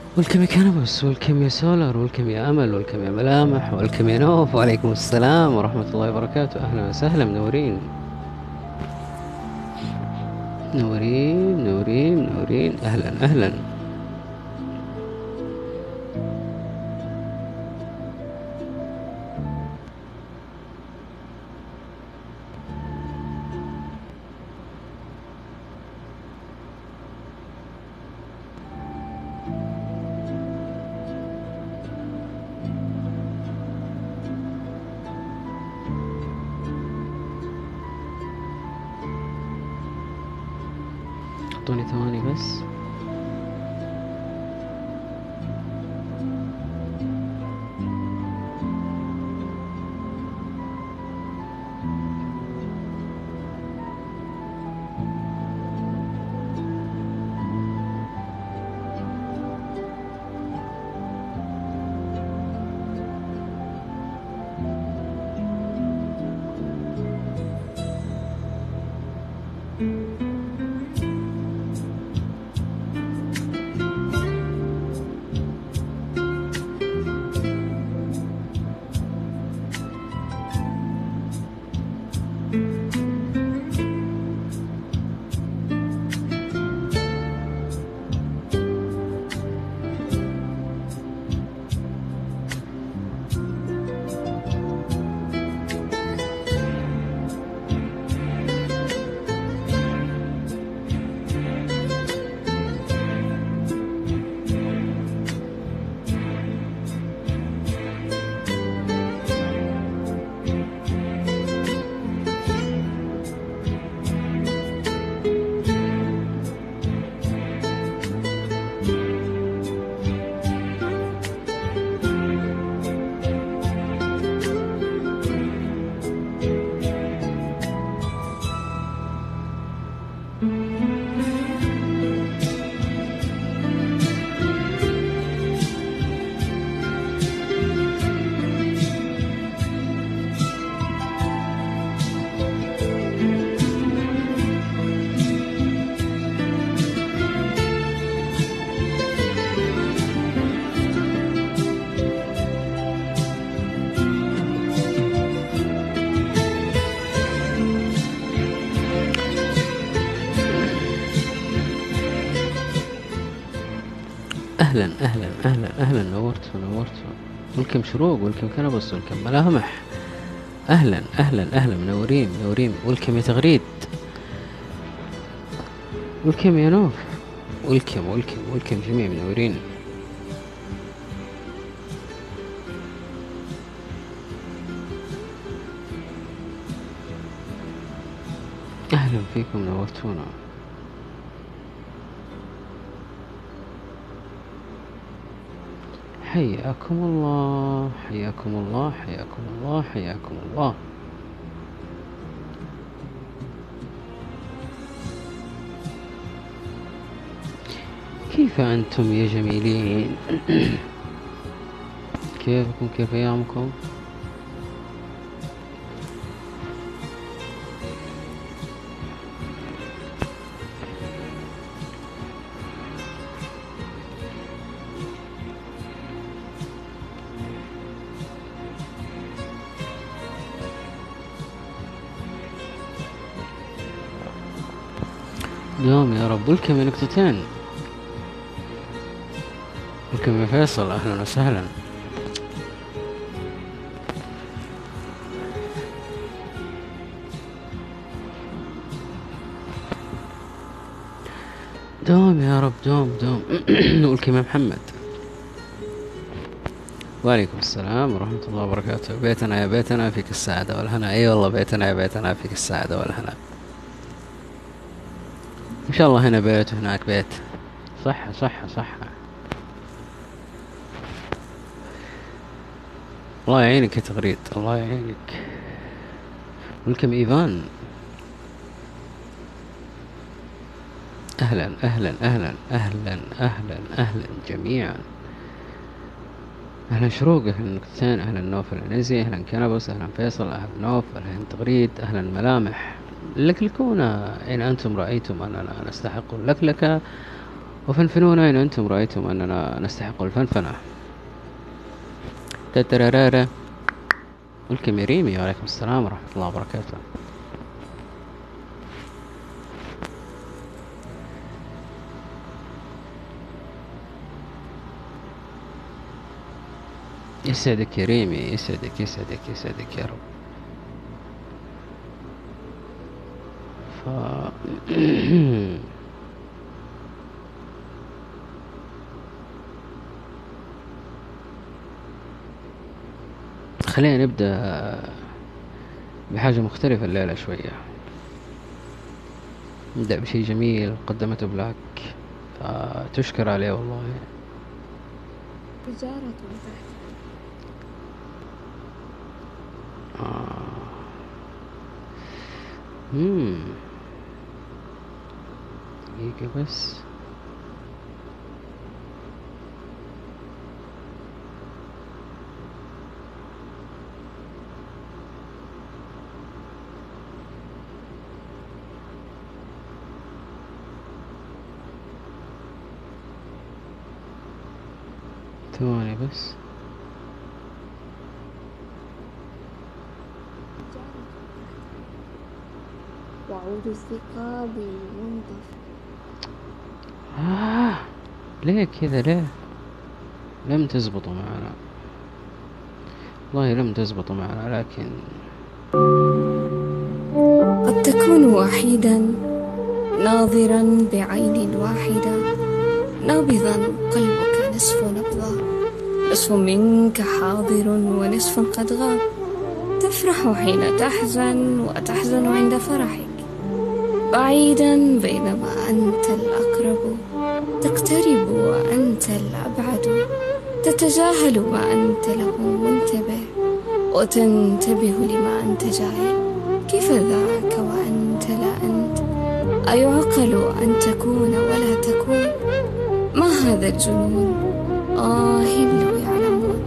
والكم يا كنبس، والكم يا سولر، والكم يا أمل، والكم يا ملامح، والكم يا نوف. وعليكم السلام ورحمة الله وبركاته. أهلا وسهلا، منورين منورين منورين منورين. أهلا أهلا. أعطوني ثواني بس. أهلا أهلا أهلا أهلا. نورتوا نورتوا. والكم شروق، والكم كنبس، والكم ملامح. أهلا أهلا أهلا، منورين منورين. والكم يا تغريد، والكم يا نوف، والكم والكم والكم جميع منورين. أهلا فيكم، نورتونا. حياكم الله حياكم الله حياكم الله حياكم الله. كيف أنتم يا جميلين؟ كيفكم؟ كيف أيامكم؟ دوم يا رب. والكم يا نقطتين، والكم يا فيصل، أهلا وسهلا. دوم يا رب، دوم دوم. والكم يا محمد. وعليكم السلام ورحمة الله وبركاته. بيتنا يا بيتنا فيك السعادة والهنا. اي والله، بيتنا يا بيتنا فيك السعادة والهنا. ان شاء الله هنا بيت وهناك بيت. صح صح صح. الله يعينك يا تغريد، الله يعينك. والكم ايفان. اهلا اهلا اهلا اهلا اهلا اهلا جميعا. اهلا شروق، اهلا نكتتين، اهلا نوف، اهلا نزي، اهلا كنبس، اهلا فيصل، اهلا نوف، اهلا تغريد، اهلا ملامح. لكلكونا إن أنتم رأيتم أننا نستحق اللكلكة، وفنفنون أين أنتم رأيتم أننا نستحق الفنفنة. تترارارا. ولكم يا ريمي. وعليكم السلام ورحمة الله وبركاته. يسعدك يا ريمي، يسعدك يسعدك يسعدك يا رب. ف... خلينا نبدأ بحاجة مختلفة الليلة شوية. نبدأ بشي جميل قدمته بلاك، فتشكر عليه والله. تجارة تحت. دقيقة بس. ثواني بس. وعود الثقة بالمنطف. ليه كذا؟ ليه لم تزبطوا معنا؟ والله لم تزبطوا معنا، لكن قد تكون وحيدا ناظرا بعين واحدة، نابضا قلبك نصف نبضة، نصف منك حاضر ونصف قد غاب. تفرح حين تحزن وتحزن عند فرحك، بعيدا بينما أنت الأقرب، تقترب وأنت الأبعد، تتجاهل ما أنت له منتبه وتنتبه لما أنت جاهل. كيف ذاك وأنت لا أنت؟ أيعقل أن تكون ولا تكون؟ ما هذا الجنون؟ لو يعلمون.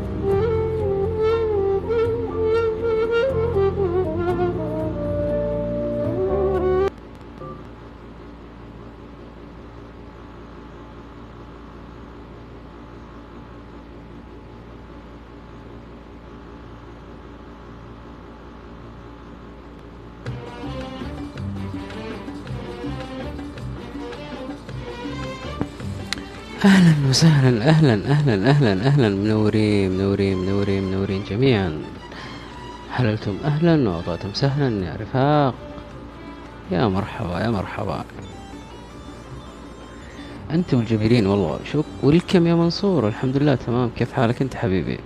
أهلا وسهلا، أهلا أهلا أهلا أهلا، منورين منورين منورين منورين جميعا. حللتم أهلا وأعطيتم سهلا يا رفاق. يا مرحبا يا مرحبا، أنتم الجميلين والله. شوف ولكم يا منصور، الحمد لله تمام. كيف حالك أنت حبيبي؟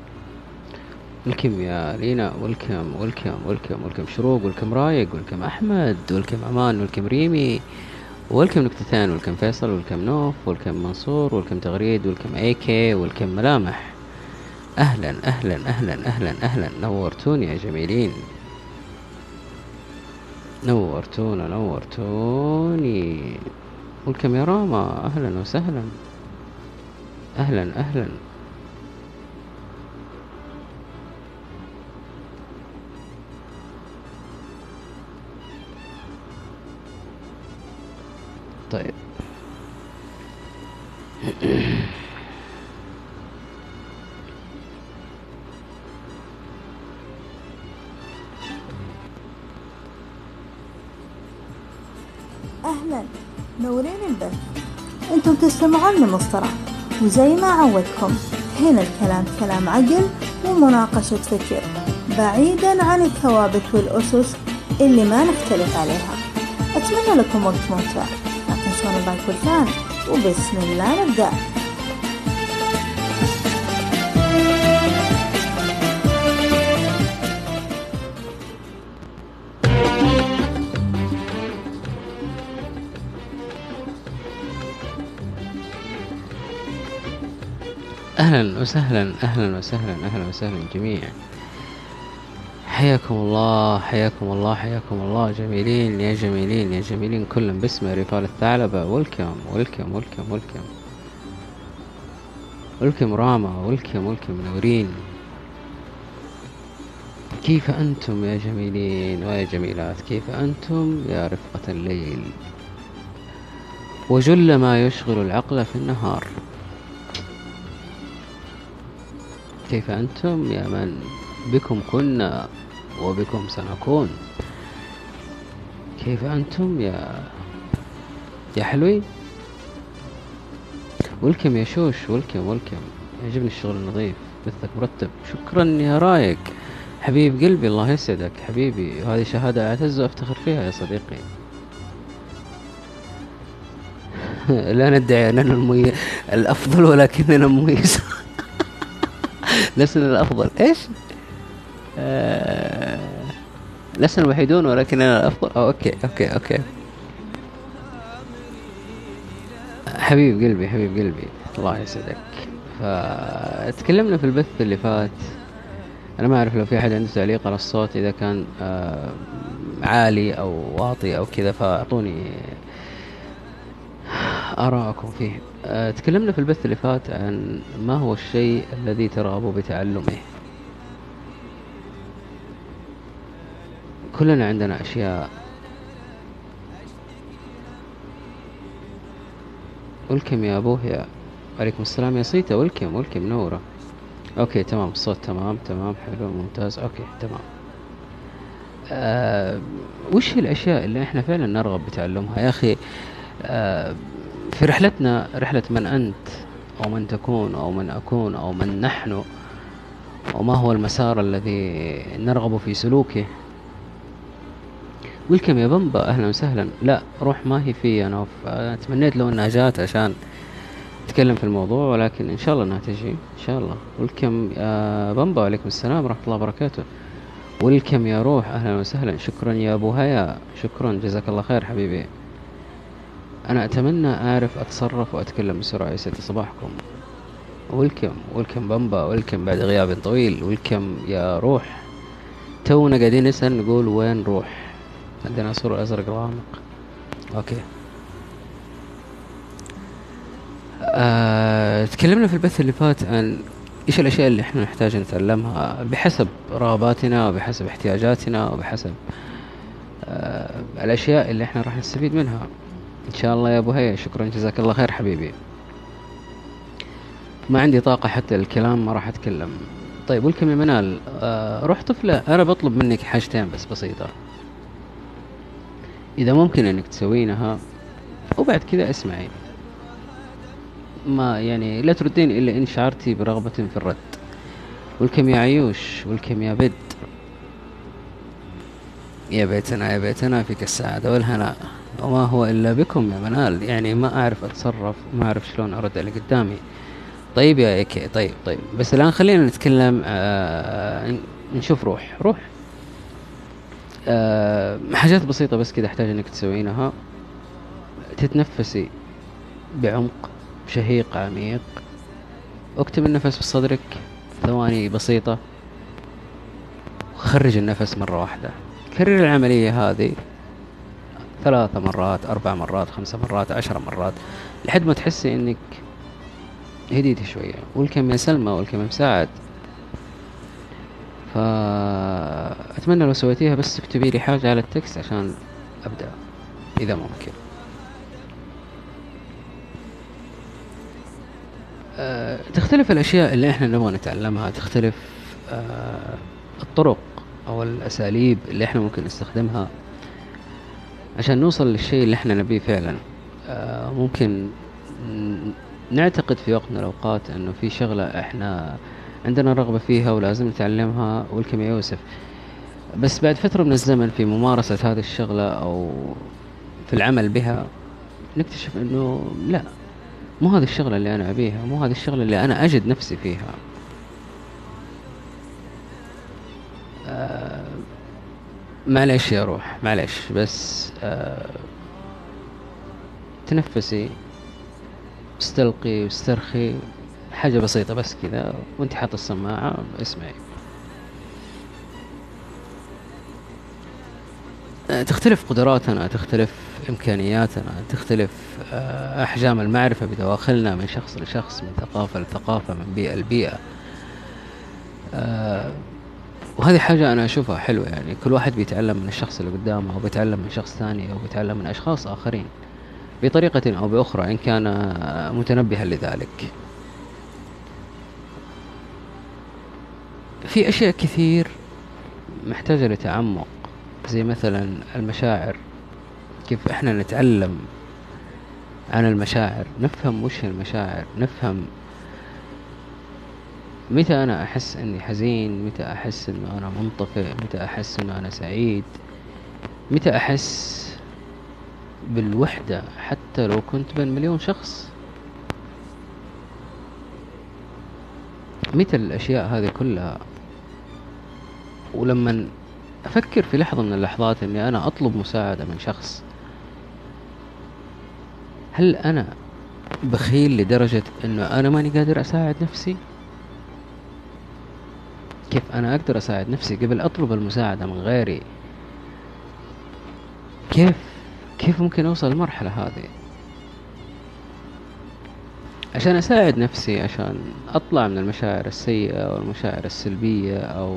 ولكم يا لينا، ولكم ولكم ولكم ولكم شروق، ولكم رايق، ولكم أحمد، ولكم أمان، ولكم ريمي، ولكم نكتتان، ولكم فيصل، ولكم نوف، ولكم منصور، ولكم تغريد، ولكم ايكي، ولكم ملامح. اهلا اهلا اهلا اهلا اهلا، نورتوني يا جميلين، نورتونا نورتوني. ولكم يا راما، اهلا وسهلا، اهلا اهلا. طيب أهلا، نورين البث. أنتم تستمعون لمصطلح، وزي ما عودكم هنا الكلام كلام عقل ومناقشة فكر، بعيدا عن الثوابت والأسس اللي ما نختلف عليها. أتمنى لكم وقت ممتع، لا تنسون اللايك والفان، وبسم الله نبدأ. اهلا وسهلا اهلا وسهلا اهلا وسهلا جميعا. حياكم الله حياكم الله حياكم الله جميلين يا جميلين يا جميلين كلهم باسم رفال الثعلبة. ولكم ولكم ولكم ولكم ولكم راما، ولكم ولكم منورين. كيف أنتم يا جميلين ويا جميلات؟ كيف أنتم يا رفقة الليل؟ وجل ما يشغل العقل في النهار. كيف أنتم يا من بكم كنا وبكم سنكون؟ كيف أنتم يا حلوين؟ ولكم يا شوش، ولكم. يعجبني الشغل النظيف، بثك مرتب. شكرا يا رايق حبيب قلبي، الله يسعدك حبيبي، وهذه شهادة أعتز وأفتخر فيها يا صديقي. لا ندعي أننا الأفضل ولكننا مميز. لسنا الأفضل، إيش؟ لسنا الوحيدون ولكننا الأفضل. أوكي. حبيب قلبي الله يسعدك. فتكلمنا في البث اللي فات، أنا ما أعرف لو في أحد عنده تعليق على الصوت، إذا كان عالي أو واطي أو كذا، فأعطوني آراءكم فيه. تكلمنا في البث اللي فات عن ما هو الشيء الذي ترغب بتعلمه. كلنا عندنا أشياء. ولكم يا أبوه يا عليكم السلام يا صيتا. ولكم نورة. أوكي تمام، الصوت تمام حلو ممتاز. أوكي تمام. وش هي الأشياء اللي إحنا فعلا نرغب بتعلمها يا أخي؟ في رحلتنا، رحلة من أنت أو من تكون أو من أكون أو من نحن، وما هو المسار الذي نرغب في سلوكه. ويلكم يا بمبا، أهلا وسهلا. لا روح ما هي في أنا تمنيت لو أنها جات عشان نتكلم في الموضوع، ولكن إن شاء الله أنها تجي إن شاء الله. ويلكم يا بمبا، عليكم السلام ورحمة الله وبركاته. ويلكم يا روح، أهلا وسهلا. شكرا يا أبو هيا، شكرا جزاك الله خير حبيبي. أنا أتمنى أعرف أتصرف وأتكلم بسرعة. يسعد صباحكم. ويلكم بمبا، ويلكم بعد غياب طويل. ويلكم يا روح. تونا قاعدين نسأل نقول وين روح، عندنا صورة أزرق غامق. أوكي. تكلمنا في البث اللي فات عن إيش الأشياء اللي إحنا نحتاج نتعلمها بحسب رغباتنا وبحسب احتياجاتنا وبحسب الأشياء اللي إحنا راح نستفيد منها إن شاء الله. يا أبو هيا شكرا جزاك الله خير حبيبي. ما عندي طاقة حتى الكلام، ما راح أتكلم. طيب ولكم يا منال. روح طفلة، أنا بطلب منك حاجتين بس بسيطة، إذا ممكن أنك تسوينها، وبعد كذا اسمعي، ما يعني لا تردين إلا إن شعرتي برغبة في الرد. ولكم يا عيوش، ولكم يا بد. يا بيتنا فيك السعادة والهناء، وما هو إلا بكم يا منال. يعني ما أعرف أتصرف، ما أعرف شلون أرد اللي قدامي. طيب يا إيكي، طيب بس الآن خلينا نتكلم. نشوف روح حاجات بسيطة بس كده أحتاج أنك تسوينها. تتنفسي بعمق، شهيق عميق، اكتم النفس في صدرك ثواني بسيطة، وخرج النفس مرة واحدة. كرر العملية هذه 3 مرات 4 مرات 5 مرات 10 مرات لحد ما تحسي انك هديتي شوية. والكم يا سلمى، والكم يا مساعد. فأتمنى لو سويتيها بس تكتبي لي حاجة على التكست عشان أبدأ إذا ممكن. تختلف الأشياء اللي إحنا نبغى نتعلمها، تختلف الطرق أو الأساليب اللي إحنا ممكن نستخدمها عشان نوصل للشيء اللي إحنا نبيه فعلا. ممكن نعتقد في وقت من الأوقات أنه في شغلة إحنا عندنا رغبة فيها ولازم نتعلمها، والكم يا يوسف، بس بعد فترة من الزمن في ممارسة هذه الشغلة أو في العمل بها نكتشف أنه لا، مو هذه الشغلة اللي أنا أبيها، مو هذه الشغلة اللي أنا أجد نفسي فيها. معليش يا روح، معليش بس تنفسي، استلقي واسترخي، حاجة بسيطة بس كذا وانت حاط السماعة اسمعي. تختلف قدراتنا، تختلف إمكانياتنا، تختلف أحجام المعرفة بدواخلنا من شخص لشخص، من ثقافة لثقافة، من بيئة لبيئة. وهذه حاجة أنا أشوفها حلوة، يعني كل واحد بيتعلم من الشخص اللي قدامه، أو بيتعلم من شخص ثاني، أو بيتعلم من أشخاص آخرين. بطريقة أو بأخرى إن كان متنبها لذلك. في أشياء كثير محتاجة لتعمق، زي مثلا المشاعر، كيف إحنا نتعلم عن المشاعر، نفهم وش المشاعر، نفهم متى أنا أحس أني حزين، متى أحس أنه أنا منطفئ، متى أحس أنه أنا سعيد، متى أحس بالوحدة حتى لو كنت بين مليون شخص، متى الأشياء هذه كلها. ولما أفكر في لحظة من اللحظات أني أنا أطلب مساعدة من شخص، هل أنا بخيل لدرجة أنه أنا ماني قادر أساعد نفسي؟ كيف أنا أقدر أساعد نفسي قبل أطلب المساعدة من غيري؟ كيف ممكن أوصل المرحلة هذه عشان أساعد نفسي، عشان أطلع من المشاعر السيئة أو المشاعر السلبية أو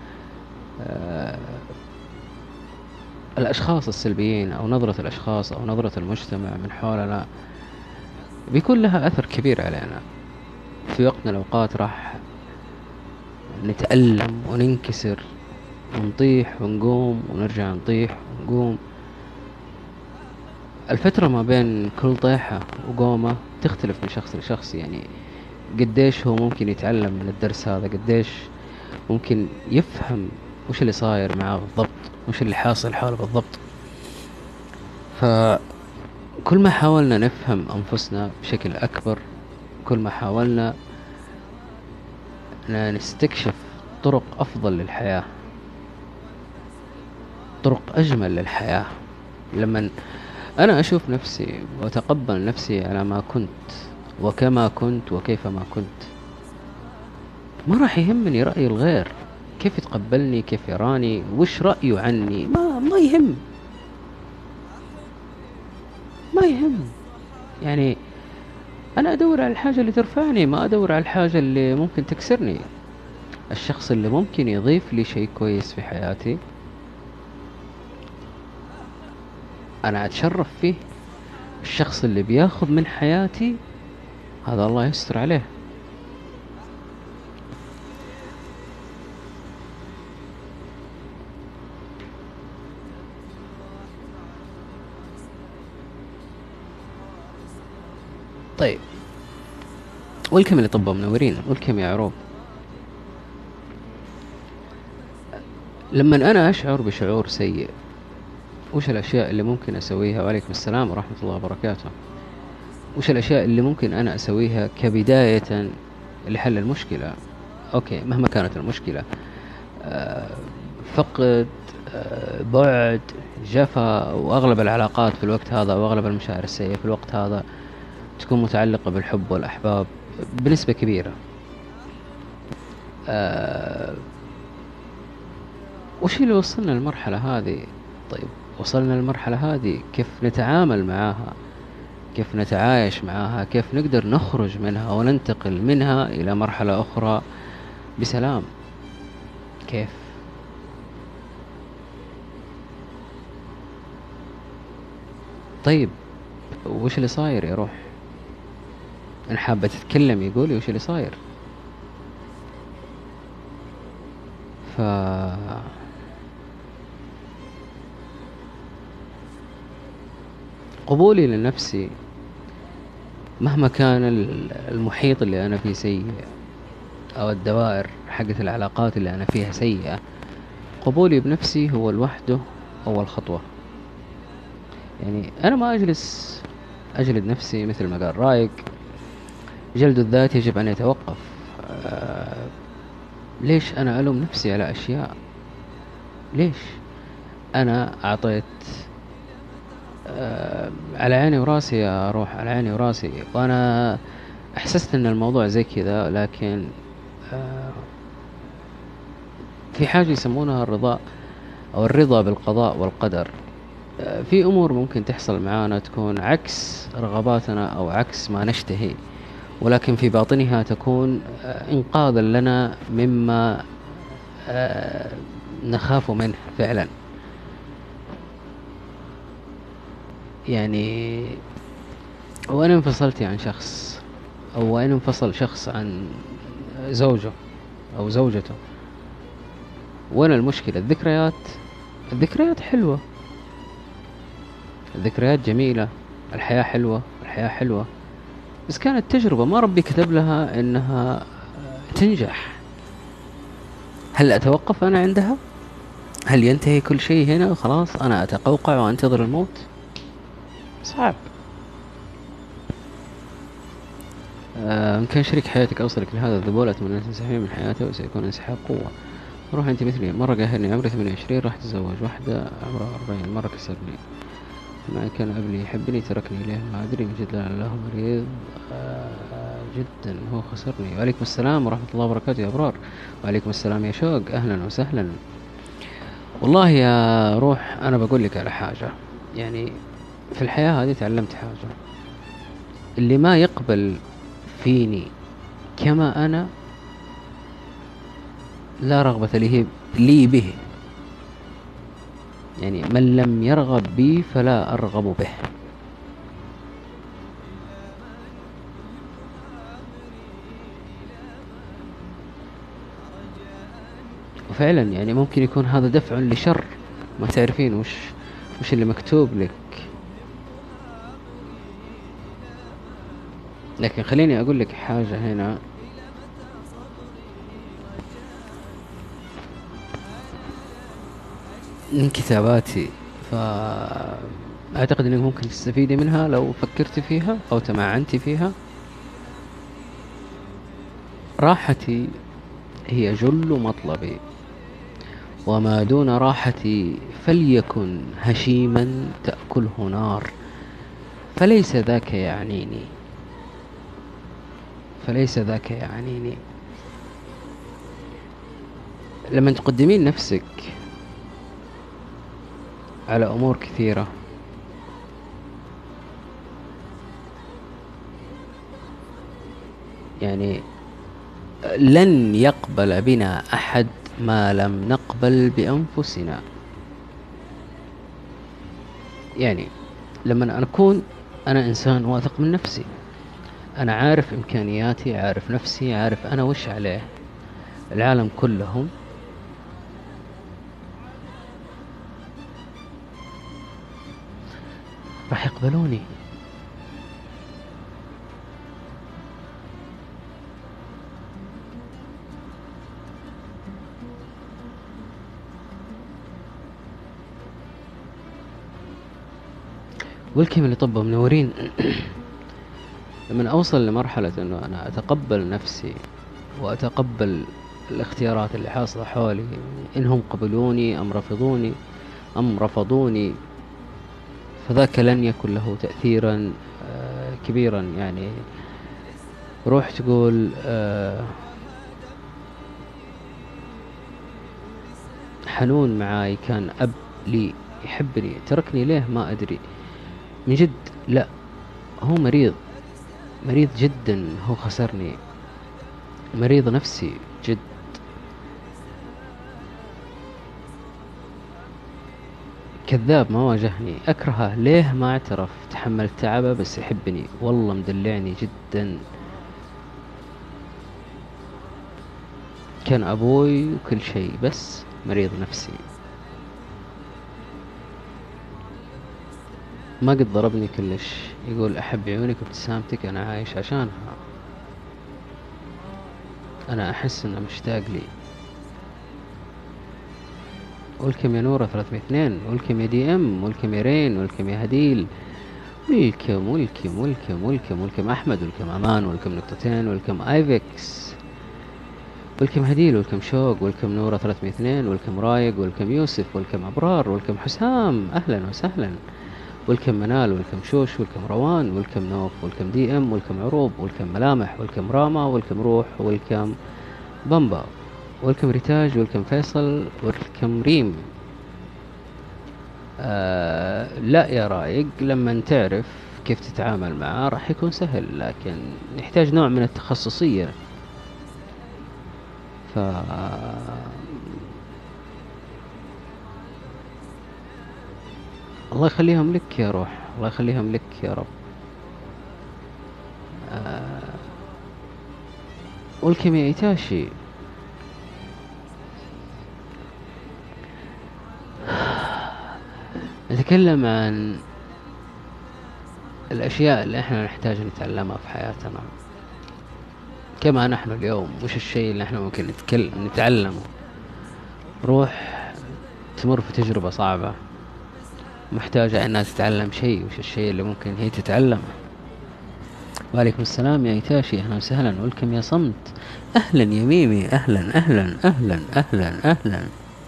الأشخاص السلبيين أو نظرة الأشخاص أو نظرة المجتمع من حولنا بيكون لها أثر كبير علينا. في وقت من الأوقات راح نتألم وننكسر ونطيح ونقوم ونرجع نطيح ونقوم. الفترة ما بين كل طيحة وقومة تختلف من شخص لشخص، يعني قديش هو ممكن يتعلم من الدرس هذا، قديش ممكن يفهم وش اللي صاير معاه بالضبط، وش اللي حاصل حاله بالضبط. فكل ما حاولنا نفهم أنفسنا بشكل أكبر، كل ما حاولنا نستكشف طرق أفضل للحياة، طرق أجمل للحياة. لما أنا أشوف نفسي وأتقبل نفسي على ما كنت وكما كنت وكيفما كنت، ما راح يهمني رأي الغير، كيف يتقبلني، كيف يراني، وش رأيه عني، ما يهم. يعني أنا أدور على الحاجة اللي ترفعني، ما أدور على الحاجة اللي ممكن تكسرني. الشخص اللي ممكن يضيف لي شيء كويس في حياتي أنا أتشرف فيه. الشخص اللي بياخذ من حياتي هذا الله يستر عليه. طيب، والكم لطبة منورين، والكم يا عروب. لما أنا أشعر بشعور سيء، وش الأشياء اللي ممكن أسويها؟ وعليكم السلام ورحمة الله وبركاته. وش الأشياء اللي ممكن أنا أسويها كبداية لحل المشكلة؟ أوكي، مهما كانت المشكلة، فقد، بعد، جفا، وأغلب العلاقات في الوقت هذا وأغلب المشاعر السيئة في الوقت هذا تكون متعلقة بالحب والأحباب بنسبة كبيرة. وش اللي وصلنا للمرحلة هذه؟ طيب، وصلنا للمرحلة هذه كيف نتعامل معها، كيف نتعايش معها، كيف نقدر نخرج منها وننتقل منها إلى مرحلة أخرى بسلام؟ كيف؟ طيب، وش اللي صاير يا روح؟ أنا حابة تتكلم، يقولي وش اللي صاير. قبولي لنفسي مهما كان المحيط اللي أنا فيه سيء أو الدوائر حقت العلاقات اللي أنا فيها سيئة، قبولي بنفسي هو لوحده أول خطوة. يعني أنا ما أجلد نفسي مثل ما قال رايق. جلد الذات يجب أن يتوقف. ليش أنا ألوم نفسي على أشياء؟ ليش أنا أعطيت على عيني وراسي يا روح، على عيني وراسي، وأنا أحسست أن الموضوع زي كذا، لكن في حاجة يسمونها الرضا أو الرضا بالقضاء والقدر. في أمور ممكن تحصل معانا تكون عكس رغباتنا أو عكس ما نشتهي، ولكن في باطنها تكون إنقاذا لنا مما نخاف منه فعلا. يعني وين انفصلتي عن شخص، او وين انفصل شخص عن زوجه او زوجته، وين المشكلة؟ الذكريات، الذكريات حلوة، الذكريات جميلة، الحياة حلوة، الحياة حلوة، بس كانت تجربة ما ربي كتب لها انها تنجح. هل اتوقف انا عندها؟ هل ينتهي كل شيء هنا وخلاص انا اتقوقع وانتظر الموت؟ صعب. يمكن شريك حياتك اوصلك لهذا الذبول، اتمنى ان تنسحبين من حياته وسيكون انسحاب قوة. روح انت مثلي، مرة قاهرني عمري 28 راح اتزوج واحدة عمرها 40، مرة كسرني، ما كان قبلي يحبني تركني، ليه ما ادري، من جد لا له مريض جدا، هو خسرني. وعليكم السلام ورحمة الله وبركاته يا ابرار. وعليكم السلام يا شوق، اهلا وسهلا. والله يا روح انا بقول لك على حاجة، يعني في الحياة هذه تعلمت حاجة، اللي ما يقبل فيني كما انا لا رغبة لي به، يعني من لم يرغب بي فلا أرغب به. وفعلا يعني ممكن يكون هذا دفع لشر ما تعرفين وش اللي مكتوب لك. لكن خليني أقول لك حاجة هنا، من كتاباتي، فأعتقد أنك ممكن تستفيدي منها لو فكرت فيها أو تمعنت فيها. راحتي هي جل مطلبي، وما دون راحتي فليكن هشيما تأكله نار، فليس ذاك يعنيني، فليس ذاك يعنيني. لما تقدمين نفسك على أمور كثيرة، يعني لن يقبل بنا أحد ما لم نقبل بأنفسنا. يعني لما أنا أكون أنا إنسان واثق من نفسي، أنا عارف إمكانياتي، عارف نفسي، عارف أنا وش عليه، العالم كلهم راح يقبلوني. والكم اللي طبوا منورين. لما أوصل لمرحلة أنه أنا أتقبل نفسي وأتقبل الاختيارات اللي حاصلة حولي، إنهم قبلوني أم رفضوني، فذاك لن يكن له تأثيرا كبيرا. يعني روح تقول حنون معاي كان أب لي يحبني تركني ليه ما أدري، من جد لا، هو مريض جدا، هو خسرني، مريض نفسي جد. كذاب ما واجهني، أكرهه ليه ما اعترف، تحمل تعبه بس يحبني، والله مدلعني جدا، كان أبوي وكل شيء بس مريض نفسي. ما قد ضربني كلش، يقول أحب عيونك وابتسامتك، أنا عايش عشانها، أنا أحس أنه مشتاق لي. ولكم يا نورة 302، ولكم يا دي ام، ولكم يا رين، ولكم يا هديل، ولكم أحمد، ولكم أمان، ولكم نقطتين، ولكم آيفكس، ولكم هديل، ولكم شوق، ولكم نورة 302، ولكم رايق، ولكم يوسف، ولكم أبرار، ولكم حسام، أهلا وسهلا، ولكم منال، ولكم شوش، ولكم روان، ولكم نوف، ولكم دي ام، ولكم عروب، ولكم ملامح، ولكم راما، ولكم روح، ولكم بامبا، ولكم ريتاج، ولكم فيصل، ولكم ريم. لا يا رايق، لما تعرف كيف تتعامل معاه راح يكون سهل، لكن يحتاج نوع من التخصصية. الله يخليهم لك يا روح، الله يخليهم لك يا رب. والكيمياء ايتاشي. نتكلم عن الأشياء اللي احنا نحتاج نتعلمها في حياتنا، كما نحن اليوم. وش الشيء اللي احنا ممكن نتعلمه؟ روح تمر في تجربة صعبة محتاجة انها تتعلم شيء، وش الشيء اللي ممكن هي تتعلمه؟ وعليكم السلام يا ايتاشي، اهلا وسهلا. ولكم يا صمت، اهلا يا ميمي، اهلا اهلا اهلا اهلا اهلا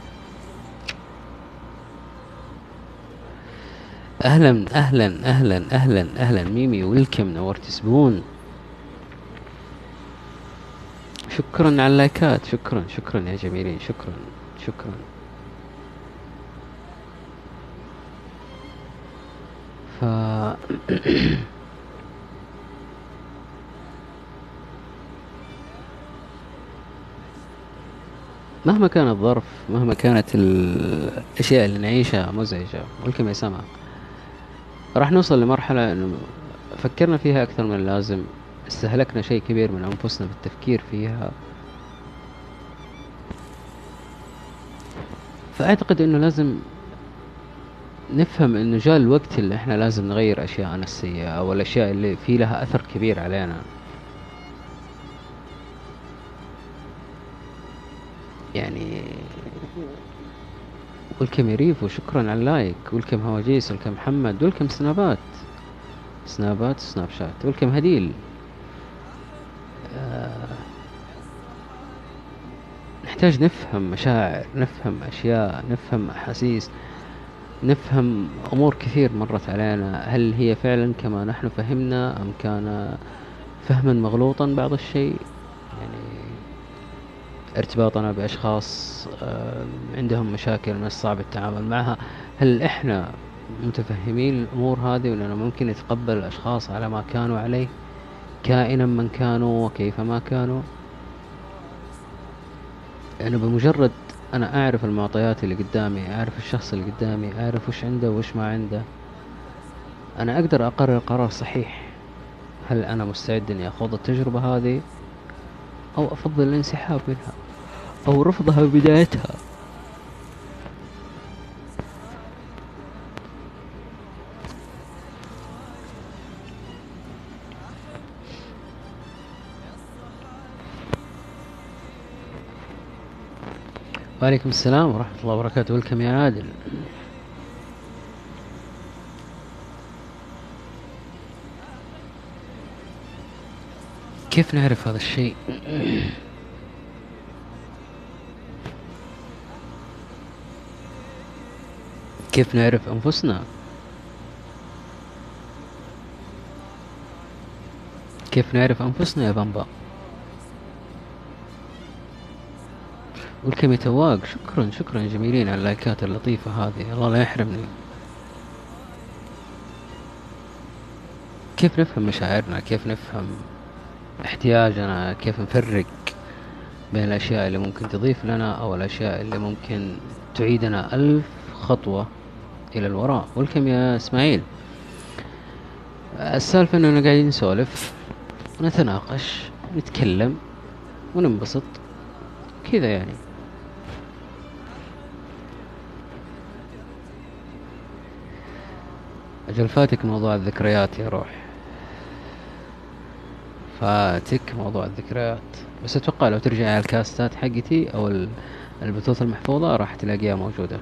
اهلا اهلا اهلا اهلا اهلا ميمي، ويلكم، نورت سبون. شكرا على اللايكات، شكرا شكرا يا جميلين، شكرا شكرا. ف مهما كان الظرف، مهما كانت الاشياء اللي نعيشها مزعجة، ولكم يا سما، راح نوصل لمرحلة انه فكرنا فيها اكثر من اللازم، استهلكنا شيء كبير من انفسنا بالتفكير فيها. فاعتقد انه لازم نفهم انه جاء الوقت اللي احنا لازم نغير اشياءنا السيئة، او الاشياء اللي في لها اثر كبير علينا. يعني ولكم يريف، وشكرا على اللايك. ولكم هواجيس، ولكم محمد، ولكم سنابات سناب شات، ولكم هديل. نحتاج نفهم مشاعر، نفهم اشياء، نفهم احاسيس، نفهم امور كثير مرت علينا. هل هي فعلا كما نحن فهمنا، ام كان فهما مغلوطا بعض الشيء؟ يعني ارتباطنا باشخاص عندهم مشاكل من الصعب التعامل معها، هل احنا متفهمين الامور هذه، واننا ممكن نتقبل الاشخاص على ما كانوا عليه، كائنا من كانوا وكيف ما كانوا؟ لانه بمجرد انا اعرف المعطيات اللي قدامي، اعرف الشخص اللي قدامي، اعرف وش عنده وش ما عنده، انا اقدر اقرر قرار صحيح. هل انا مستعد اني اخوض التجربة هذه، او افضل الانسحاب منها، او رفضها ببدايتها؟ وعليكم السلام ورحمة الله وبركاته. ولكم يا عادل. كيف نعرف هذا الشيء؟ كيف نعرف أنفسنا؟ كيف نعرف أنفسنا يا بامبا؟ ولكم يا تواق، شكرا شكرا جميلين على اللايكات اللطيفة هذه، الله لا يحرمني. كيف نفهم مشاعرنا، كيف نفهم احتياجنا، كيف نفرق بين الأشياء اللي ممكن تضيف لنا أو الأشياء اللي ممكن تعيدنا 1000 خطوة إلى الوراء. ولكم يا إسماعيل. السالفة أننا قاعدين نسولف، نتناقش، نتكلم، وننبسط كذا يعني. أجل فاتك موضوع الذكريات يا روح، فاتك موضوع الذكريات. بس أتوقع لو ترجع على الكاستات حقتي أو البثوث المحفوظة راح تلاقيها موجودة.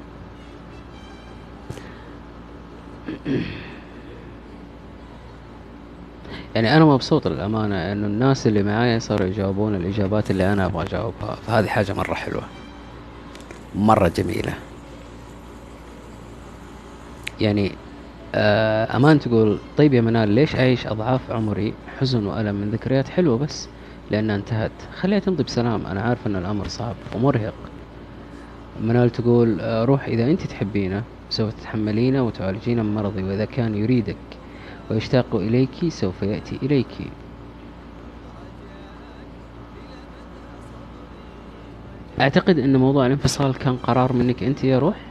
يعني أنا مبسوط للأمانة إنه الناس اللي معايا صاروا يجاوبون الإجابات اللي أنا أبغى أجاوبها، فهذه حاجة مرة حلوة، مرة جميلة. يعني أمان تقول طيب يا منال، ليش أعيش أضعاف عمري حزن وألم من ذكريات حلوة بس لأنها انتهت؟ خليها تمضي بسلام، أنا عارف أن الأمر صعب ومرهق. منال تقول روح، إذا أنت تحبينه سوف تتحملينه وتعالجين من مرضي، وإذا كان يريدك ويشتاق إليك سوف يأتي إليك. أعتقد أن موضوع الانفصال كان قرار منك أنت يا روح.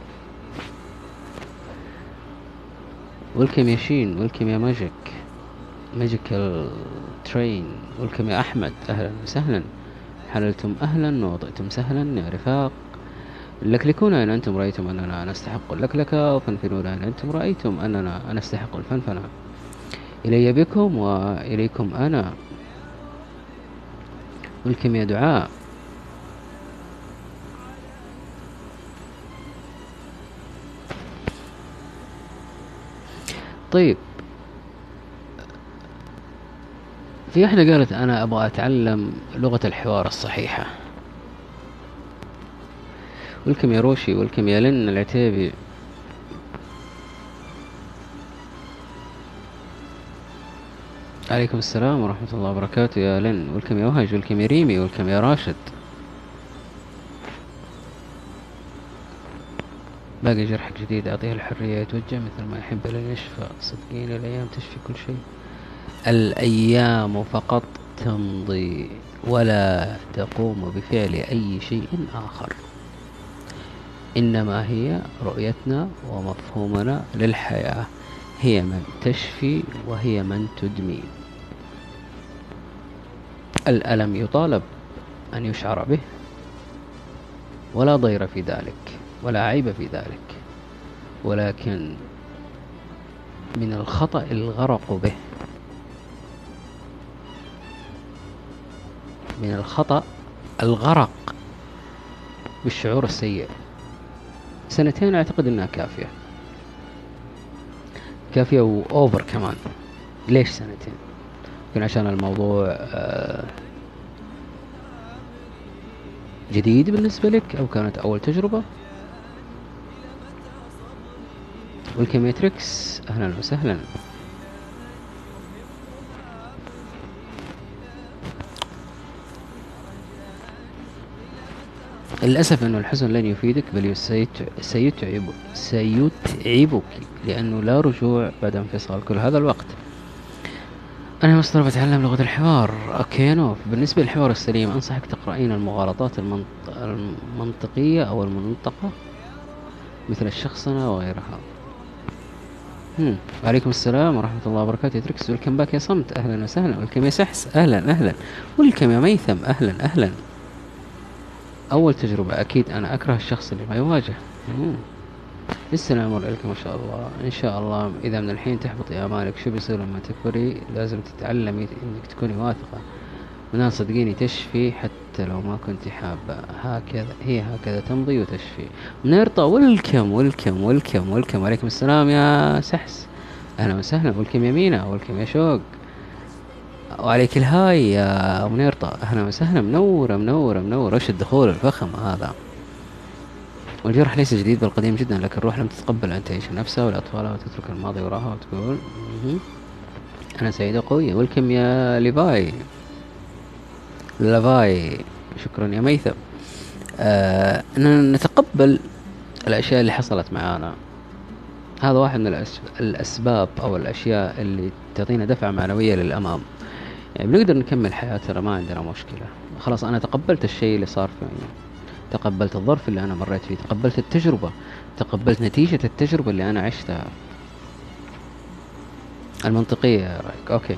ولكم يا شين، ولكم يا ماجيك. ماجيكال ترين. ولكم يا أحمد، أهلا وسهلا. حللتم أهلا ووضعتم سهلا يا رفاق. لكلكون إن أنتم رأيتم أننا نستحق اللكلكة، وفنفنون إن أنتم رأيتم أننا نستحق الفنفنة. إلي بكم وإليكم أنا. ولكم يا دعاء. طيب، في احدى قالت انا ابغى اتعلم لغة الحوار الصحيحة. ولكم يا روشي، ولكم يا لن العتيبي. عليكم السلام ورحمة الله وبركاته يا لن. ولكم يا وهج، ولكم يا ريمي، ولكم يا راشد. باقي جرحك جديد، اعطيه الحرية يتوجه مثل ما يحب لن يشفى. صدقيني الايام تشفي كل شيء. الأيام فقط تمضي ولا تقوم بفعل أي شيء آخر، إنما هي رؤيتنا ومفهومنا للحياة، هي من تشفي وهي من تدمي. الألم يطالب أن يشعر به، ولا ضير في ذلك ولا عيب في ذلك، ولكن من الخطأ الغرق به. من الخطأ الغرق بالشعور السيء. 2 أعتقد أنها كافية، كافية وأوفر كمان. ليش 2؟ يمكن عشان الموضوع جديد بالنسبة لك، أو كانت أول تجربة. والكيميتريكس أهلا وسهلا. للأسف أن الحزن لن يفيدك، بل سيتعبك، لأنه لا رجوع بعد انفصال كل هذا الوقت. أنا مصدر بتعلم لغة الحوار. أوكي نوف. بالنسبة للحوار السليم أنصحك تقرأين المغالطات المنطقية أو المنطقة، مثل الشخصنة وغيرها. وعليكم السلام ورحمة الله وبركاته. يتركس. والكم باك يا صمت، أهلا وسهلا. والكم يا سحس، أهلا أهلا. والكم يا ميثم، أهلا أهلا. أول تجربة أكيد أنا أكره الشخص اللي ما يواجه. لسه العمر لكم ما شاء الله. إن شاء الله إذا من الحين تحبطي آمالك، شو بيصير لما تكبري؟ لازم تتعلمي إنك تكوني واثقة منها. صدقيني تشفي حتى لو ما كنت حابة. هكذا تمضي وتشفي. منيرطة. ولكم ولكم ولكم ولكم. وعليكم السلام يا سحس، أهلا وسهلا. ولكم يا مينا، ولكم يا شوق، وعليك الهاي يا منيرطة، أهلا وسهلا. منورة منورة منورة. وش الدخول الفخم هذا؟ والجرح ليس جديد بل قديم جدا، لكن الروح لم تتقبل أن تعيش نفسها والأطفال وتترك الماضي وراها وتقول أنا سعيدة قوية. ولكم يا ليفاي. شكرا يا ميثم. أن نتقبل الأشياء اللي حصلت معانا، هذا واحد من الأسباب أو الأشياء اللي تعطينا دفعة معنوية للأمام. يعني بنقدر نكمل حياتنا، ما عندنا مشكلة. خلاص أنا تقبلت الشيء اللي صار فيني، تقبلت الظرف اللي أنا مريت فيه، تقبلت التجربة، تقبلت نتيجة التجربة اللي أنا عشتها. المنطقية يا رايك. أوكي.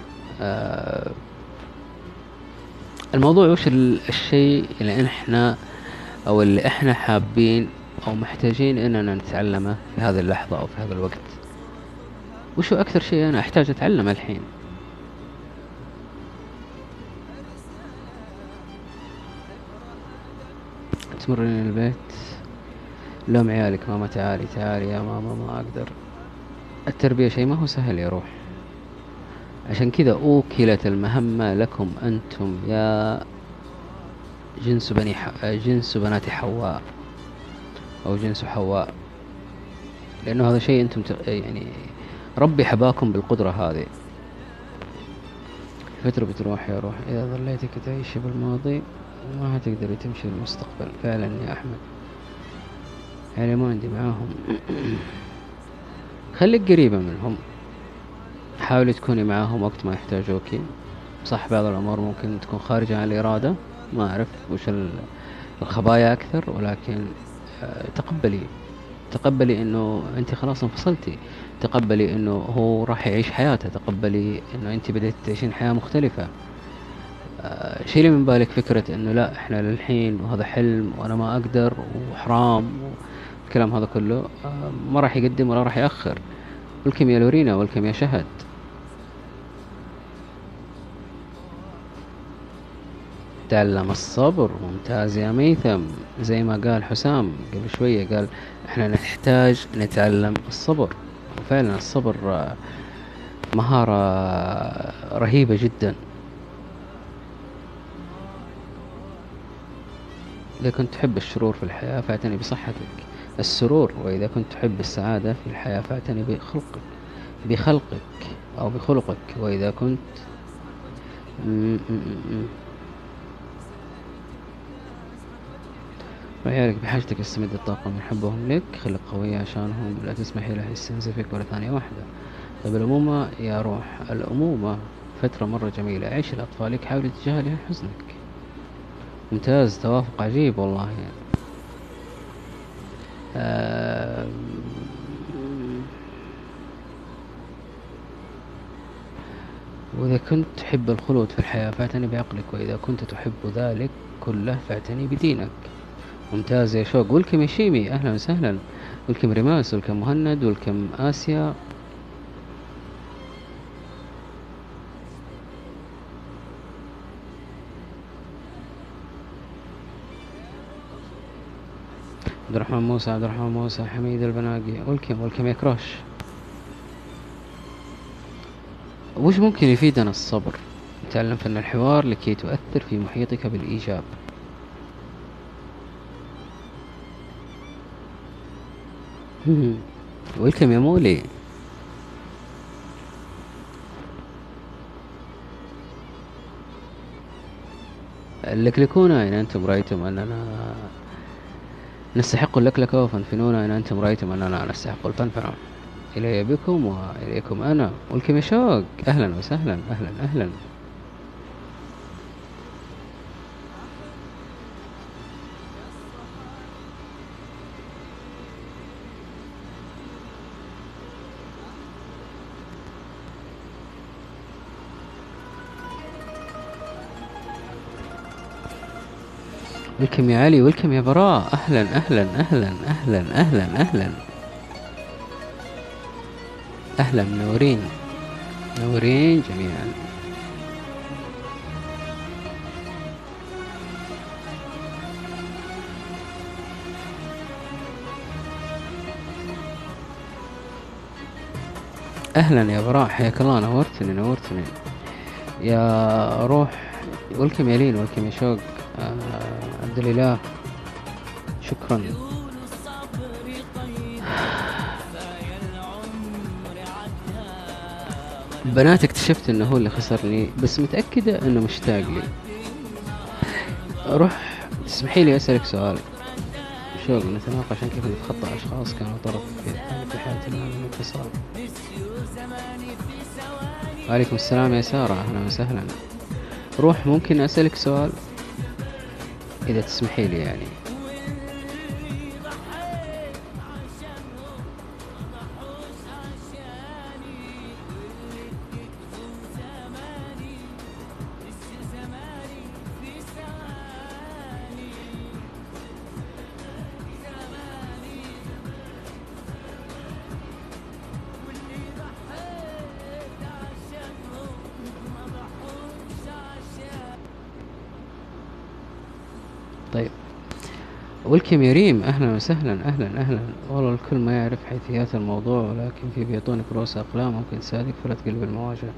الموضوع وش الشيء اللي إحنا أو اللي إحنا حابين أو محتاجين إننا نتعلمه في هذه اللحظة أو في هذا الوقت؟ وشو أكثر شيء أنا أحتاج أتعلمه الحين؟ تمرين البيت، لوم عيالك، ماما تعالي تعالي يا ماما ما أقدر. التربية شيء ما هو سهل يا روح، عشان كذا أوكلت المهمة لكم أنتم يا جنس بنات حواء أو جنس حواء، لأنه هذا شيء أنتم يعني ربي حباكم بالقدرة هذه. فترة بتروح يا روح، إذا ظليتك تعيشي بالماضي ما هتقدري تمشي للمستقبل. فعلا يا أحمد، يعني ما عندي معاهم. خليك قريبة منهم، حاولي تكوني معاهم وقت ما يحتاجوكي. صح بعض الأمور ممكن تكون خارجة عن الإرادة، ما أعرف وش الخبايا أكثر، ولكن تقبلي تقبلي انه انت خلاص انفصلتي، تقبلي انه هو راح يعيش حياته، تقبلي انه انت بدأت تعيشين حياة مختلفة. شيلي من بالك فكرة انه لا احنا للحين وهذا حلم وانا ما اقدر وحرام والكلام هذا كله. ما راح يقدم ولا راح يأخر. ولكم يا لورينا، ولكم يا شهد. تعلم الصبر، ممتاز يا ميثم. زي ما قال حسام قبل شوية، قال احنا نحتاج نتعلم الصبر. وفعلا الصبر مهارة رهيبة جدا. إذا كنت تحب الشرور في الحياة فاعتني بصحتك السرور، وإذا كنت تحب السعادة في الحياة فاعتني بخلقك أو بخلقك. وإذا كنت عيالك بحاجتك استمد الطاقة من حبهم لك، خلق قوية عشانهم، لا تسمحي له يستنزفك ولا ثانية واحدة. طيب الأمومة يا روح، الأمومة فترة مرة جميلة، عيش لأطفالك، حاولي تتجاهلي حزنك. ممتاز، توافق عجيب والله يعني. وإذا كنت تحب الخلود في الحياة فاعتني بعقلك، وإذا كنت تحب ذلك كله فاعتني بدينك. ممتاز يا شوق. ولكم يا شيمي، أهلا وسهلا. ولكم رماس، ولكم مهند، ولكم آسيا. عبد الرحمن موسى، عبد الرحمن موسى، حميد البناقي. ولكم يا كراش. وش ممكن يفيدنا الصبر؟ تعلم فن الحوار لكي تؤثر في محيطك بالإيجاب. ولكم يا مولي. اللكلكونا إن أنتم رأيتم أننا نستحق اللكلكة، وفنفنونا إن أنتم رأيتم أننا نستحق الفنفنة. إلي بكم وإليكم أنا. ولكم يا شوق، أهلا وسهلا. أهلا أهلا. ولكم يا علي، ولكم يا براء. أهلا أهلا أهلا أهلا أهلا أهلا أهلا. منورين منورين جميعا. أهلا يا براء، حياك الله. نورتني نورتني يا روح. ولكم يا لين، ولكم يا شوق. عبد الإله، شكرا. بنات اكتشفت انه هو اللي خسرني، بس متأكدة انه مشتاق لي. روح، تسمحي لي اسألك سؤال؟ شوق، نتناقش عن كيف نتخطى اشخاص كانوا طرف في حياتنا من الانفصال. وعليكم السلام يا سارة، اهلا وسهلا. روح، ممكن اسألك سؤال اذا تسمحي لي يعني؟ طيب، ولكم يا ريم، اهلا وسهلا. اهلا اهلا. والله الكل ما يعرف حيثيات الموضوع، ولكن في بيعطونك رؤوس اقلام ممكن تساعدك فلا تقلب المواجهة.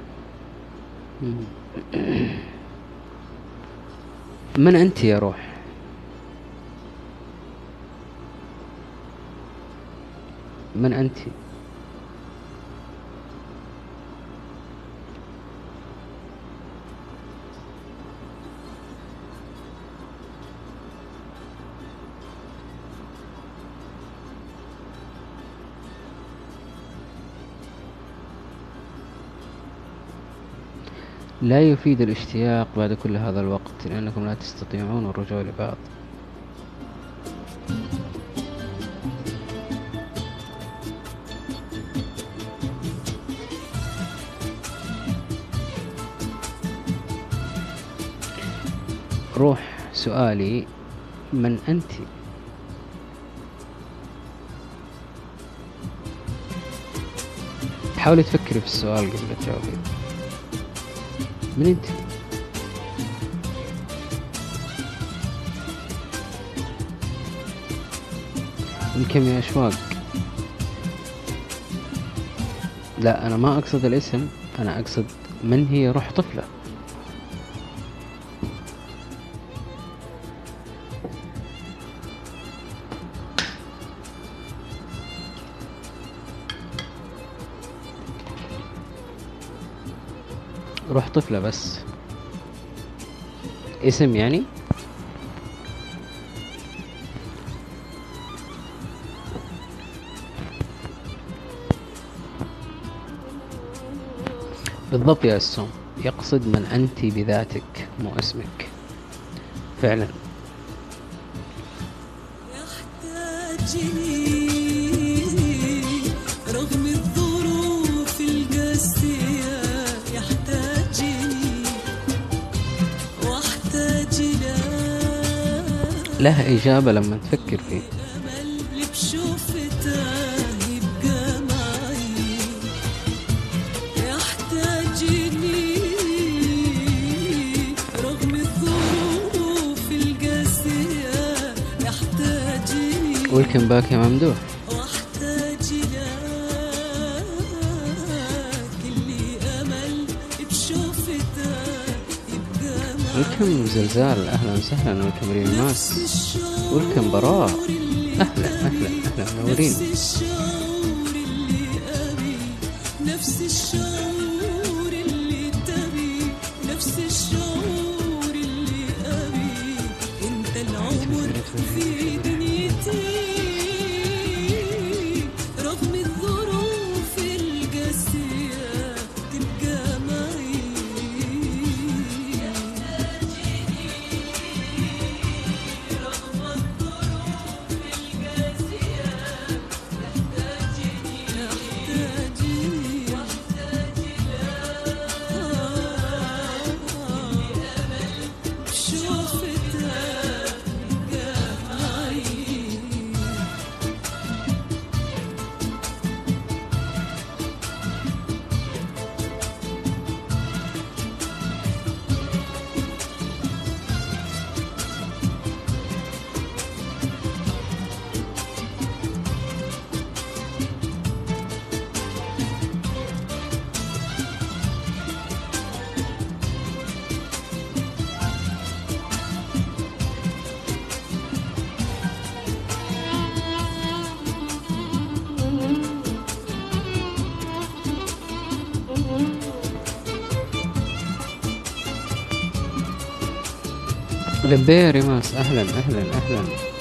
من انت يا روح؟ من انت؟ لا يفيد الاشتياق بعد كل هذا الوقت، لأنكم لا تستطيعون الرجوع لبعض. روح سؤالي من أنت؟ حاولي تفكري في السؤال قبل تجاوبي. من أنت؟ يمكن يا أشواق. لا أنا ما أقصد الاسم، أنا أقصد من هي روح طفلة. روح طفلة بس، اسم يعني. بالضبط يا السوم، يقصد من أنت بذاتك مو اسمك فعلا. رغم الظروف القاسية يحتاجني واحتاج لها إجابة لما تفكر فيه. ويلكم باك يا ممدوح. ويلكم زلزال، أهلا وسهلا. ويلكم ريماس، ويلكم براء، أهلا أهلا أهلا منورين. نفس الشعور اللي تبي، نفس الشعور اللي أبي، انت العمر في دنيتي. رغم الظروف القاسية تبقى معي. رغم الظروف القاسية تحتاجني، لبيه ريماس، أهلا أهلا أهلا.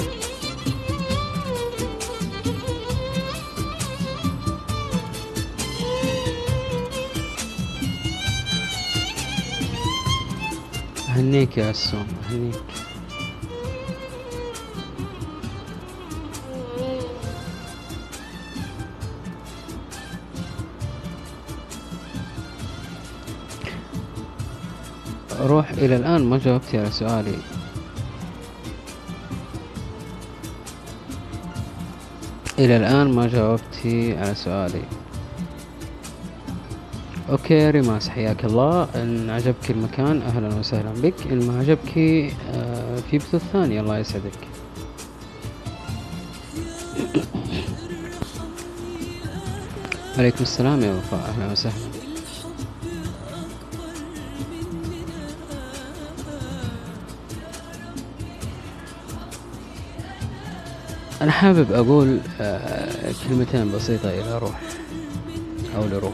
أهنيك يا السوم، أهنيك. روح إلى الآن ما جاوبتي على سؤالي. إلى الآن ما جاوبتي على سؤالي. أوكي ريماس، حياك الله. إن عجبك المكان أهلا وسهلا بك، إن ما عجبك في بثوث ثاني الله يسعدك. عليكم السلام يا وفاء، أهلا وسهلا. أنا حابب أقول كلمتين بسيطة إلى روح أو لروح.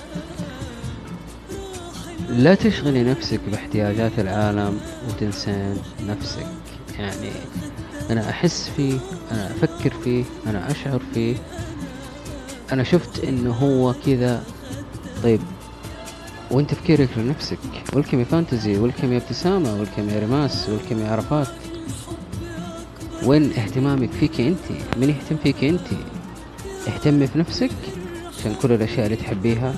لا تشغلي نفسك باحتياجات العالم وتنسين نفسك. يعني أنا أحس فيه، أنا أفكر فيه، أنا أشعر فيه، أنا شفت إنه هو كذا. طيب وين تفكيرك لنفسك؟ ولكم يا فانتزي، ولكم يا ابتسامة، ولكم يا رماس، ولكم يا عرفات. وين اهتمامك فيك انت؟ من يهتم فيك انت؟ اهتمي في نفسك عشان كل الاشياء اللي تحبيها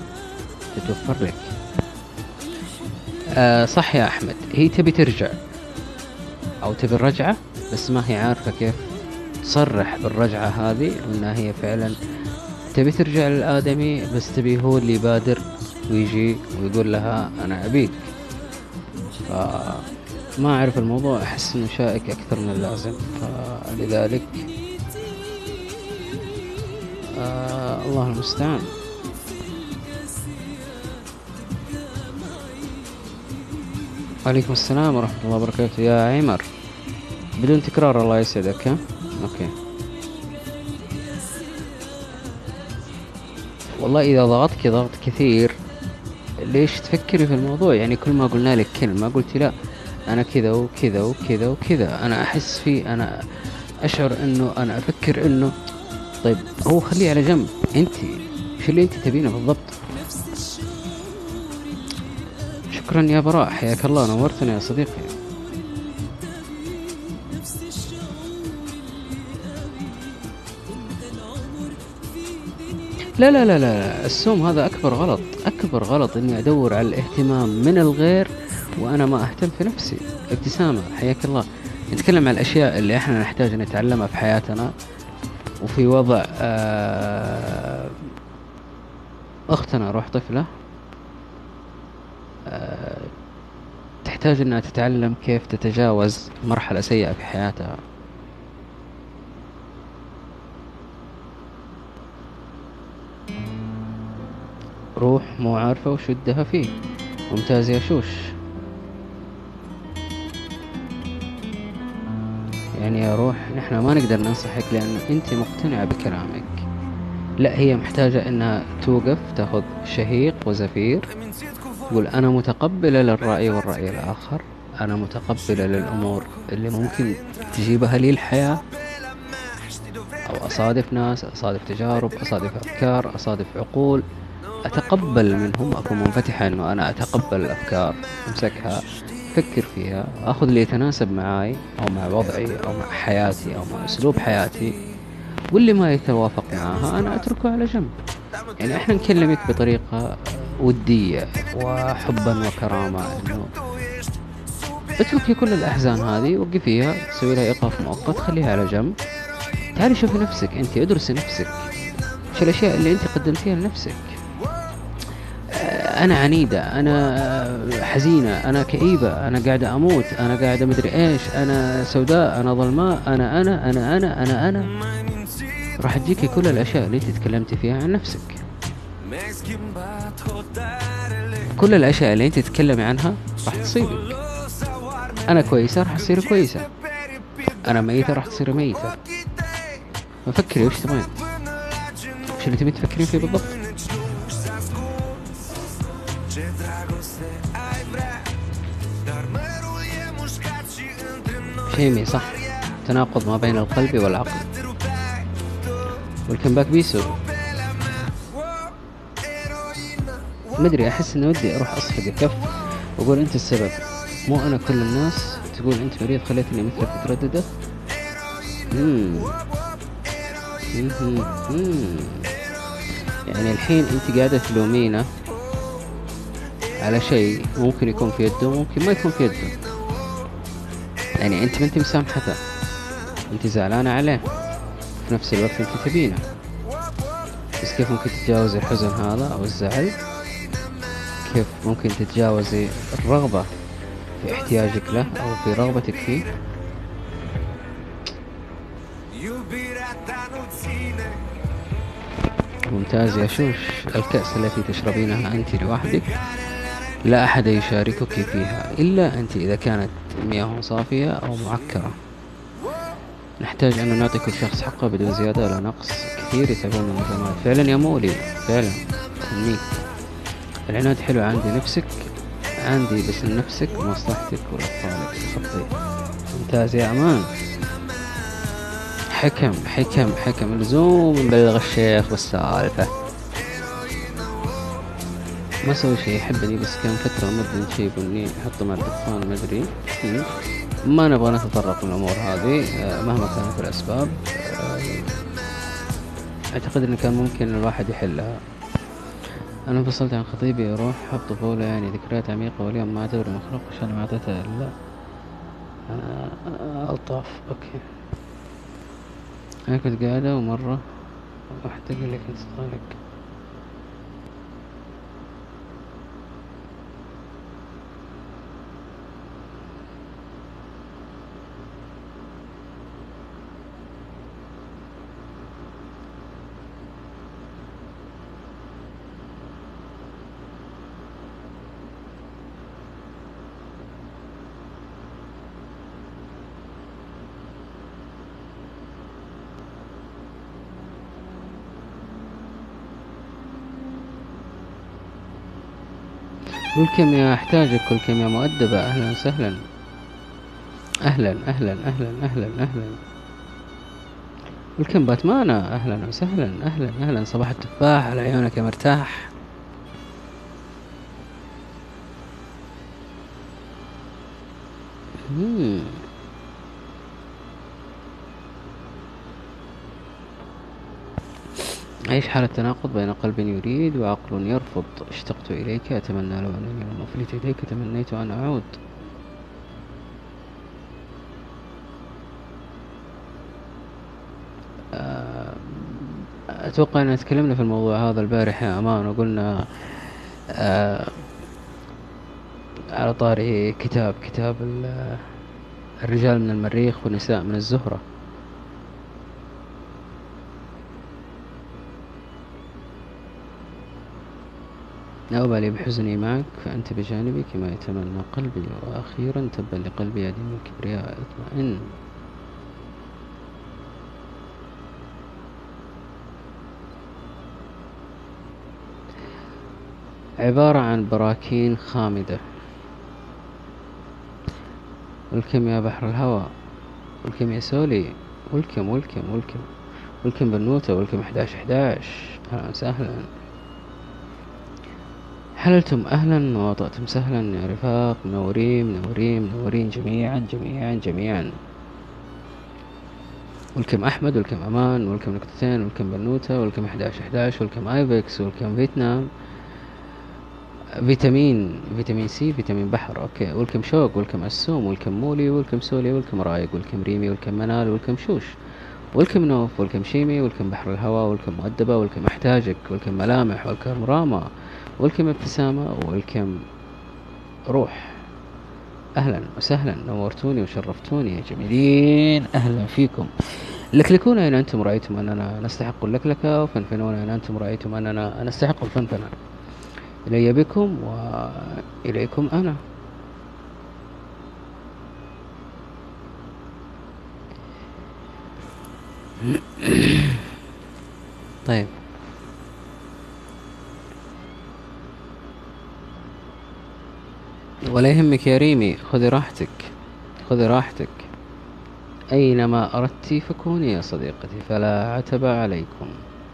تتوفر لك. صح يا احمد، هي تبي ترجع أو تبي الرجعة بس ما هي عارفة كيف تصرح بالرجعة هذه، وإنها هي فعلا تبي ترجع للآدمي، بس تبي هو اللي يبادر ويجي ويقول لها أنا أبيك. ما أعرف، الموضوع أحس إنه شائك أكثر من اللازم، فلذلك الله المستعان. وعليكم السلام ورحمة الله وبركاته يا عمر، بدون تكرار الله يسعدك. ها أوكي. والله إذا ضغطك ضغط كثير ليش تفكري في الموضوع؟ يعني كل ما قلنا لك كلمة قلتي لا أنا كذا وكذا وكذا وكذا، أنا أحس فيه، أنا أشعر إنه، أنا أفكر إنه. طيب هو خليه على جنب، أنتي شو اللي أنتي تبينه بالضبط؟ شكرا يا براء، حياك الله، نورتنا يا صديقي. لا لا لا لا، السوم هذا أكبر غلط، أكبر غلط إني أدور على الاهتمام من الغير وأنا ما أهتم في نفسي. ابتسامة حياك الله، نتكلم عن الأشياء اللي إحنا نحتاج نتعلمها في حياتنا، وفي وضع أختنا روح طفلة تحتاج أنها تتعلم كيف تتجاوز مرحلة سيئة في حياتها. روح مو عارفة وش ودها فيه. ممتاز يا شوش. يعني يا روح نحن ما نقدر ننصحك لأن أنت مقتنعة بكلامك، لا هي محتاجة أنها توقف، تاخذ شهيق وزفير، تقول أنا متقبلة للرأي والرأي الآخر، أنا متقبلة للأمور اللي ممكن تجيبها لي الحياة، أو أصادف ناس، أصادف تجارب، أصادف أفكار، أصادف عقول، أتقبل منهم، أكون منفتحة أنه أنا أتقبل الأفكار، أمسكها، أفكر فيها، أخذ اللي يتناسب معاي أو مع وضعي أو مع حياتي أو مع أسلوب حياتي، واللي ما يتوافق معها أنا أتركه على جنب. يعني إحنا نكلمك بطريقة ودية وحبا وكرامة، إنه اتركي كل الأحزان هذه، وقفيها، سوي لها إيقاف مؤقت، خليها على جنب، تعالي شوفي نفسك أنت، ادرسي نفسك، شو الأشياء اللي أنت قدمتيها لنفسك. أنا عنيدة، أنا حزينة، أنا كئيبة، أنا قاعدة أموت، أنا قاعدة مدري إيش، أنا سوداء، أنا ظلماء، أنا راح تجيكي كل الأشياء اللي أنت تكلمتي فيها عن نفسك. كل الأشياء اللي أنت تتكلمي عنها راح تصيبك. أنا كويسة راح تصير كويسة، أنا ميتة راح تصير ميتة. ففكري وش تبغين، وش اللي تبين تفكرين فيه بالضبط. شيمي صح، تناقض ما بين القلب والعقل. والكم باك بيسو، مدري أحس إنه ودي أروح أصفق كف وأقول أنت السبب، مو أنا كل الناس تقول أنت مريض خليتني مثلك مترددة. يعني الحين أنت قاعدة تلومينه على شيء ممكن يكون في يده وممكن ما يكون في يده. يعني أنت ما أنت مسامحته، أنت زعلانة عليه، في نفس الوقت أنت تبينه، بس كيف ممكن تتجاوزي الحزن هذا أو الزعل؟ كيف ممكن تتجاوزي الرغبة في احتياجك له أو في رغبتك فيه؟ ممتاز يا شوش. الكأس التي تشربينها أنت لوحدك لا أحد يشاركك فيها إلا أنت، إذا كانت مياه صافية أو معكرة. نحتاج أن نعطي كل شخص حقه بدون زيادة ولا نقص. كثير يتعبون من الجمال. فعلا يا مولي، فعلا أمنيك. العناد حلو عندي، نفسك عندي، بس لنفسك ومصلحتك ولأطفالك. خطي. ممتاز يا أمان. حكم لزوم نبلغ الشيخ بالسالفة. ما سوي شيء، يحبني بس كان فترة مدمن شيء بني يحطه مع الدخان، ما أدري. ما نبغى نتطرق للأمور هذه مهما كانت الأسباب. أعتقد أن كان ممكن الواحد يحلها. أنا انفصلت عن خطيبي، أروح حب طفولة، يعني ذكريات عميقة، واليوم ما أعتبر مخلوق عشان ما أعطيته إلا الطاف. اوكي، انا كنت قاعدة ومرة واحدة قال لي كنت تطالق. ولكم يا احتاجك، ولكم يا مؤدبة، اهلا وسهلا. اهلا اهلا اهلا اهلا اهلا. ولكم باتمانا، اهلا وسهلا اهلا اهلا. صباح التفاح على عيونك يا مرتاح. أعيش حالة تناقض بين قلب يريد وعقل يرفض. اشتقت إليك، أتمنى لو أنني لما أفلت إليك تمنيت أن أعود. أتوقع أن تكلمنا في الموضوع هذا البارحة يا أمان، وقلنا على طاري كتاب الرجال من المريخ والنساء من الزهرة. لا أبالي بحزني معك، فأنت بجانبي كما يتمنى قلبي. وأخيرا تبا لقلبي يا دين الكبرياء اطمئن. عبارة عن براكين خامدة. ولكم يا بحر الهوى، ولكم يا سولي، ولكم ولكم ولكم. ولكم بنوتة، ولكم 11 أهلا وسهلا. حللتم أهلا ووطأتم سهلا يا رفاق. منورين منورين منورين جميعا جميعا جميعا. ولكم أحمد، ولكم أمان، ولكم نكتتين، ولكم بنوتة، ولكم 11 ولكم آيفكس، ولكم فيتنام، فيتامين سي، فيتامين بحر. اوكي، ولكم شوق، ولكم السوم، ولكم مولي، ولكم سولي، ولكم رايق، ولكم ريمي، ولكم منال، ولكم شوش، ولكم نوف، ولكم شيمي، ولكم بحر الهوى، ولكم مؤدبة، ولكم احتاجك، ولكم ملامح، ولكم راما، ولكم ابتسامة، ولكم روح. اهلا وسهلا، نورتوني وشرفتوني يا جميلين. اهلا فيكم. لكلكونا ان انتم رايتم اننا نستحق اللكلكة، وفنفنونا ان انتم رايتم اننا نستحق الفنفنة. إلي بكم وإليكم أنا. طيب، ولا يهمك يا ريمي، خذي راحتك خذي راحتك. أينما أردت فكوني يا صديقتي، فلا عتب عليكم.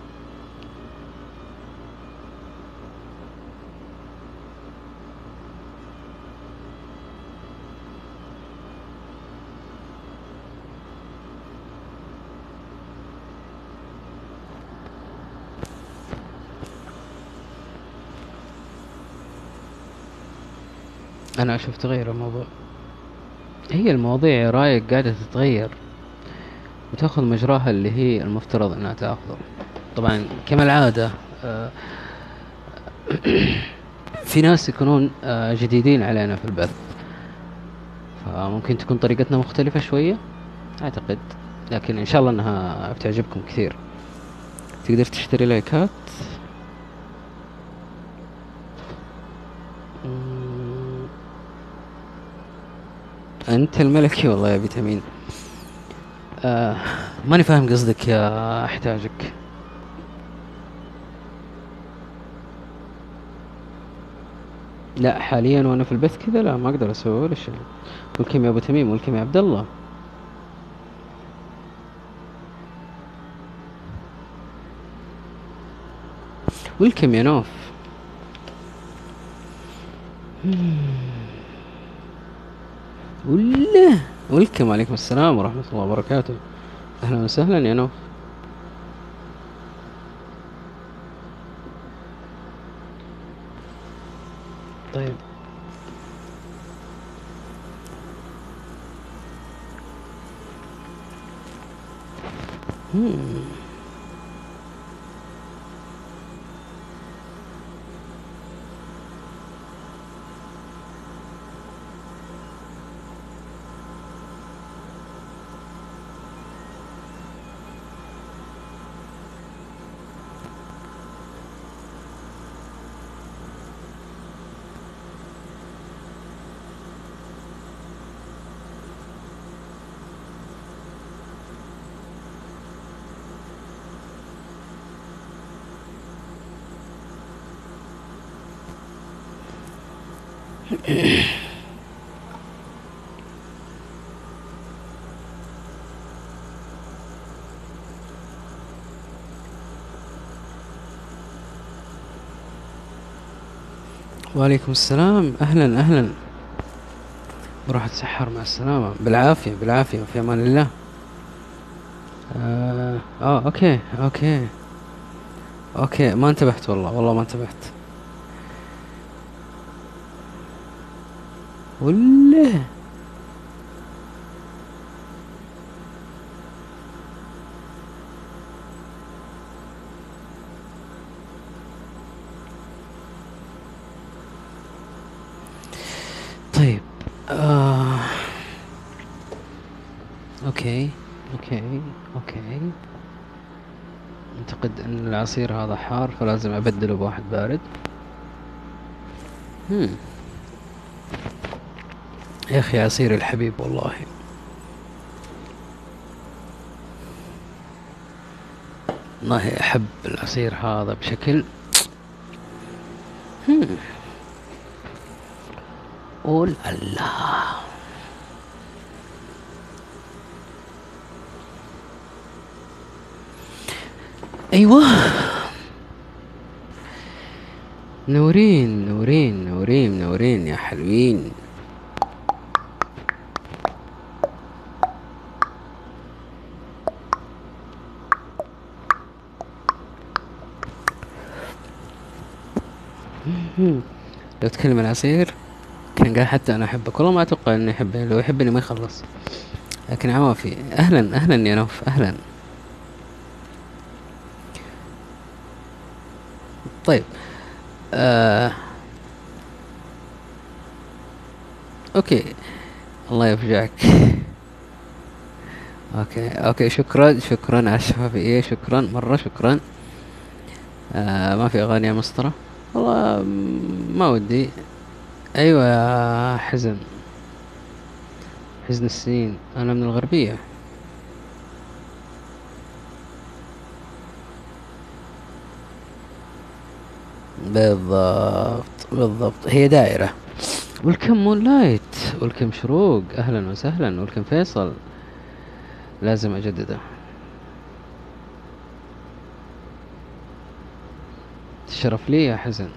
أنا أشوف تغير الموضوع. هي المواضيع يا رايق قاعدة تتغير وتأخذ مجراها اللي هي المفترض أنها تأخذه. طبعا كما العادة في ناس يكونون جديدين علينا في البث، فممكن تكون طريقتنا مختلفة شوية أعتقد، لكن إن شاء الله أنها بتعجبكم كثير. تقدر تشتري لايكات. أنت الملكي والله يا فيتامين. ماني فاهم قصدك يا أحتاجك. لا حاليا وانا في البث كذا لا، ما اقدر اسوي ولا شيء. والكم يا ابو تميم، والكم يا عبد الله. والكم يا نوف. ولا والكم، عليكم السلام ورحمة الله وبركاته. اهلا وسهلا يا نوف. طيب هم. وعليكم السلام، اهلا اهلا. بروح اتسحر، مع السلامة، بالعافية بالعافية، وفي امان الله. اوكي اوكي اوكي، ما انتبهت والله، والله ما انتبهت. ولا طيب. اوكي اوكي اوكي. اعتقد ان العصير هذا حار، فلازم ابدله بواحد بارد. هم. يا اخي عصير الحبيب والله. والله احب العصير هذا بشكل. هم. قول الله. ايوه، منورين منورين منورين منورين يا حلوين. لو تكلم العصير كان قال حتى انا احبك، والله ما اتوقع انه يحبني، لو يحبني ما يخلص. لكن عوافي، اهلا اهلا يا نوف، اهلا. طيب. اوكي، الله يفجعك. اوكي اوكي، شكرا شكرا على الشفافية، شكرا مرة شكرا. ما في اغاني يا مسطرة؟ والله ما ودي. ايوه يا حزن، حزن السنين، انا من الغربية. بالضبط بالضبط، هي دائرة. والكم مون لايت، والكم شروق، اهلا وسهلا، والكم فيصل. لازم اجدده. تشرف لي يا حزن.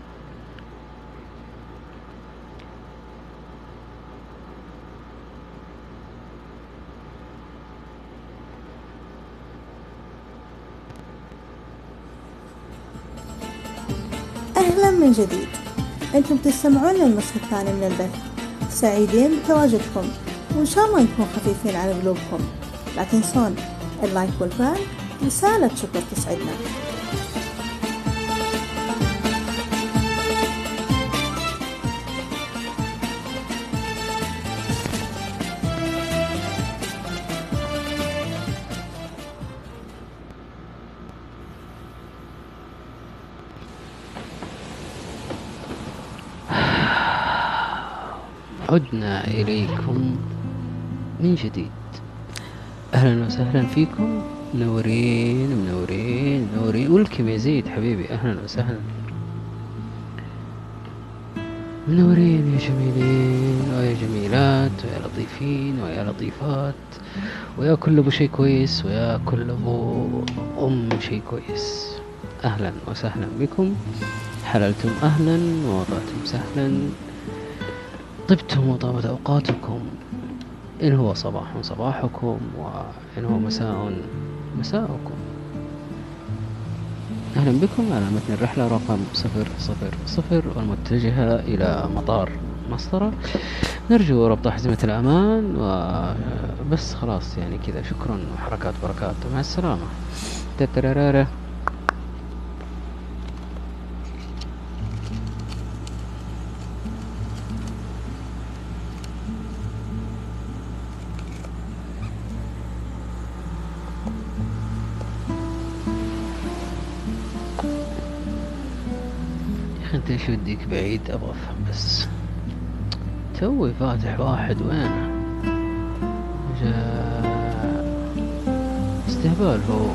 أهلا من جديد. أنتم تستمعون للنصف الثاني من البث، سعيدين بتواجدكم، وإن شاء الله نكون خفيفين على قلوبكم. لا تنسون اللايك والفعل، رسالة شكر تسعدنا. عدنا إليكم من جديد، أهلا وسهلا فيكم، منورين منورين منورين. ولكم يا زيد حبيبي، أهلا وسهلا، منورين يا جميلين ويا جميلات ويا لطيفين ويا لطيفات، ويا كل أبو شي كويس ويا كل أبو أم شي كويس. أهلا وسهلا بكم، حللتم أهلا ووضعتم سهلا، طبتم وطابت أوقاتكم، إن هو صباح صباحكم، وإن هو مساء مساءكم. أهلا بكم على متن الرحلة رقم 000 والمتجهة إلى مطار مسطرة. نرجو ربط أحزمة الأمان وبس خلاص يعني كذا. شكرا وحركات بركات ومع السلامة. تترارارا. يا أخي أنت إيش وديك بعيد؟ أبغى أفهم بس. توي فاتح واحد وينه؟ استهبال هو.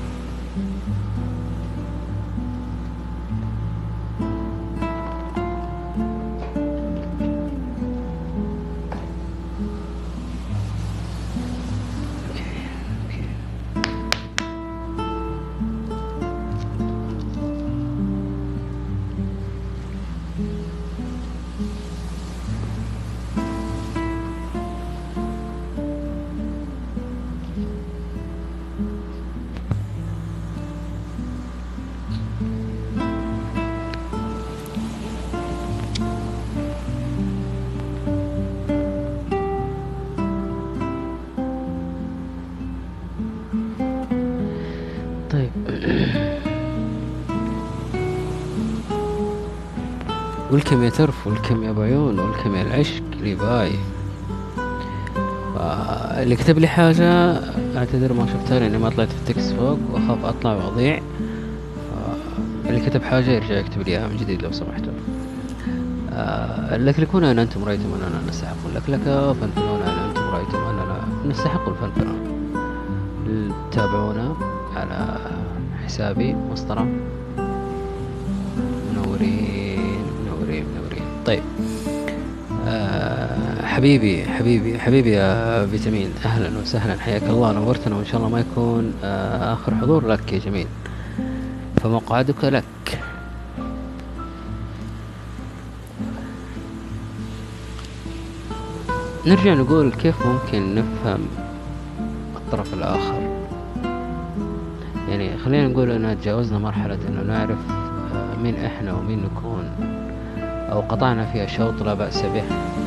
طيب والكم يا ترف والكم يا بعيون والكم يا العشق ليفاي. اللي كتب لي حاجة اعتذر ما شفتها لاني ما طلعت في التكست فوق واخاف اطلع واضيع. اللي كتب حاجة يرجع يكتب لي اياها من جديد لو سمحتوا. لكلكون ان انتم رايتم اننا نستحق اللكلكة، فانفلون ان انتم رايتم اننا نستحق الفنفنة. تابعونا على حسابي مسطرة. منورين منورين منورين. طيب حبيبي يا فيتامين، اهلا وسهلا، حياك الله، نورتنا، وان شاء الله ما يكون اخر حضور لك يا جميل، فمقعدك لك. نرجع نقول كيف ممكن نفهم الطرف الآخر. يعني خلينا نقول أننا تجاوزنا مرحلة أنه نعرف مين إحنا ومين نكون، أو قطعنا فيها شوط لا بأس به.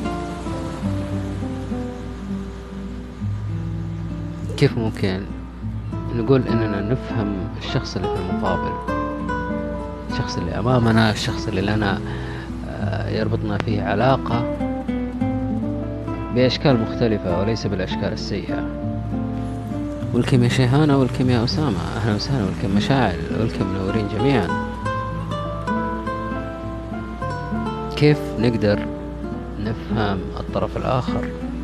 كيف ممكن نقول أننا نفهم الشخص اللي في المقابل، الشخص اللي أمامنا، الشخص اللي لنا يربطنا فيه علاقة بأشكال مختلفة وليس بالأشكال السيئة. والكم يا شيهانة والكم يا أسامة، أهلا وسهلا، والكم مشاعل، والكم منورين جميعا. كيف نقدر نفهم الطرف الآخر؟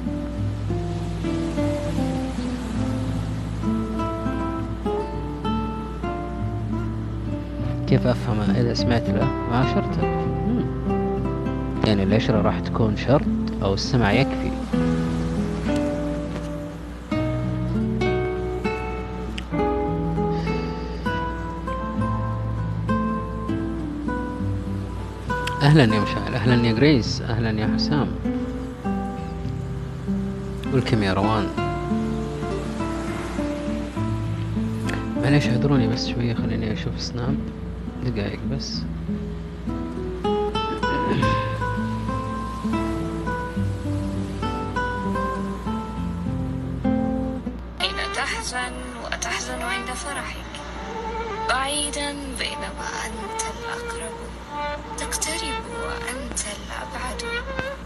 كيف أفهمه؟ إذا سمعت له وعاشرته. يعني العشرة راح تكون شرط أو السمع يكفي؟ أهلا يا مشاعل، أهلا يا جريس، أهلا يا حسام، والكم يا روان. معليش اعذروني بس شوية، خليني أشوف سناب دقايق بس. أين تحزن وتحزن عند فرحك، بعيدا بينما أنت الأقرب، تقترب وأنت الأبعد.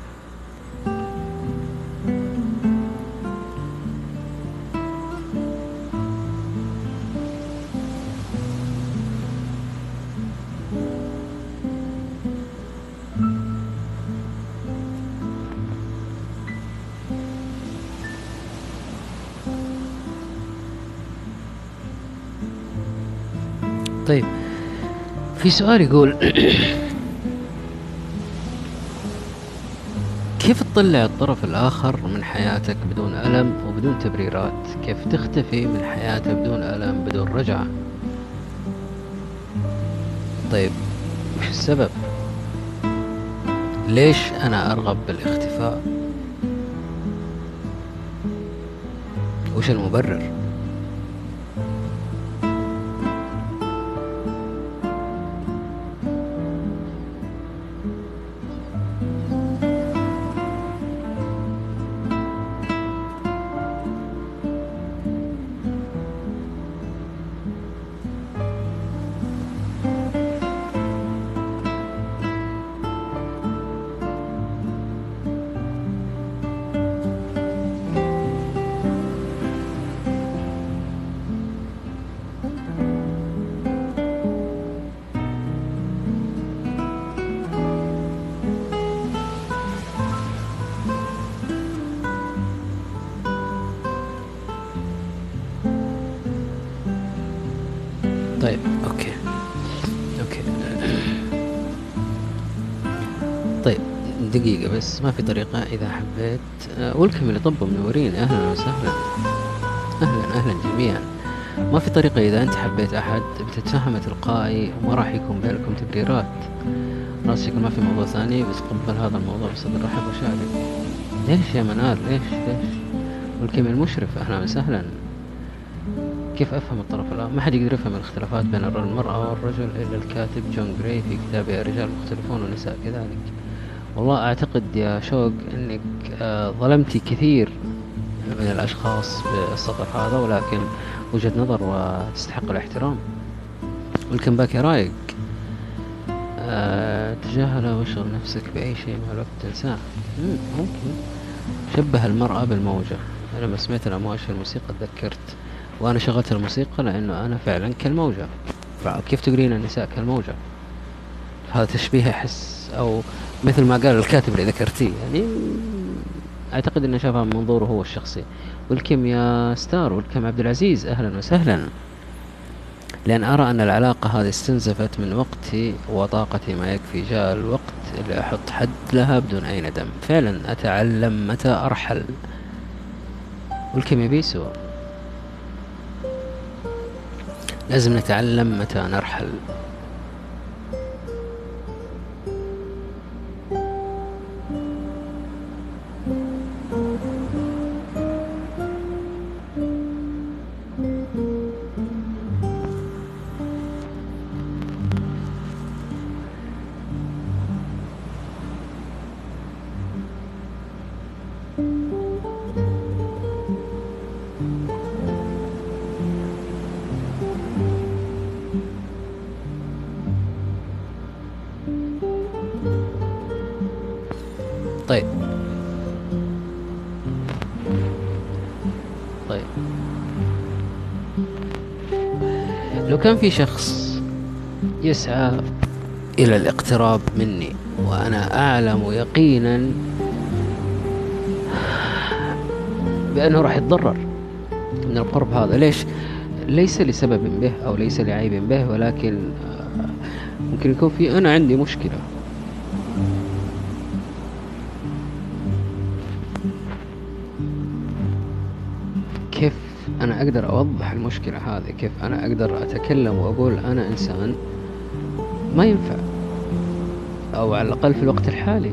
طيب في سؤال يقول كيف تطلع الطرف الآخر من حياتك بدون ألم وبدون تبريرات؟ كيف تختفي من حياته بدون ألم بدون رجعة؟ طيب وش السبب؟ ليش أنا أرغب بالاختفاء؟ وش المبرر؟ طيب دقيقة بس، ما في طريقة إذا حبيت ولكم اللي طبوا منورين، أهلا وسهلا، أهلا جميعا. ما في طريقة إذا أنت حبيت أحد بتتفهم تلقائي وما راح يكون بينكم تبريرات، خلاص شكل ما في موضوع ثاني، بس قبل هذا الموضوع بصدر رحب وشارك. ليش يا منال ليش؟ ولكم المشرف أهلا وسهلا. كيف أفهم الطرف الآخر؟ ما حد يقدر يفهم الاختلافات بين المرأة والرجل إلا الكاتب جون جراي في كتابه الرجال مختلفون والنساء كذلك. والله أعتقد يا شوق أنك ظلمتي كثير من الأشخاص بالسطر هذا، ولكن وجهة نظر وتستحق الاحترام. ولكن باكي رايق. تجاهل واشغل نفسك بأي شيء مع الوقت تنساه. ممكن. شبه المرأة بالموجة. أنا لما سمعت الأمواج في الموسيقى تذكرت، وأنا شغلت الموسيقى لأنه أنا فعلا كالموجة، فكيف تقولين النساء كالموجة؟ هذا تشبيه أحس، أو مثل ما قال الكاتب اللي ذكرتيه، يعني أعتقد أنه شافها من منظوره هو الشخصي. والكم يا ستار، والكم عبد العزيز أهلا وسهلا. لأن أرى أن العلاقة هذه استنزفت من وقتي وطاقتي ما يكفي، جاء الوقت اللي أحط حد لها بدون أي ندم. فعلا أتعلم متى أرحل. والكم يبيسو، لازم نتعلم متى نرحل. طيب لو كان في شخص يسعى إلى الاقتراب مني وأنا أعلم يقينا بأنه راح يتضرر من القرب هذا، ليس لسبب به أو ليس لعيب به، ولكن ممكن يكون في أنا عندي مشكلة. كيف أنا أقدر أوضح المشكلة هذه؟ كيف أنا أقدر أتكلم وأقول أنا إنسان ما ينفع، أو على الأقل في الوقت الحالي.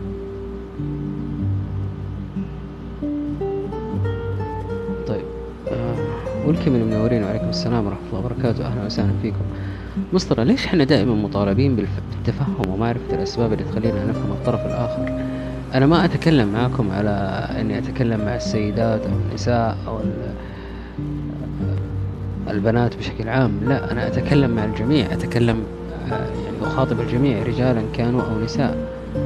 طيب ولكم المنورين، وعليكم السلام ورحمة الله وبركاته، أهلا وسهلا فيكم. مسطرة، ليش احنا دائما مطالبين بالتفهم ومعرفة الأسباب اللي تخلينا نفهم الطرف الآخر؟ أنا ما أتكلم معكم على أني أتكلم مع السيدات أو النساء أو البنات بشكل عام، لا، أنا أتكلم مع الجميع، أتكلم يعني أخاطب الجميع رجالا كانوا أو نساء.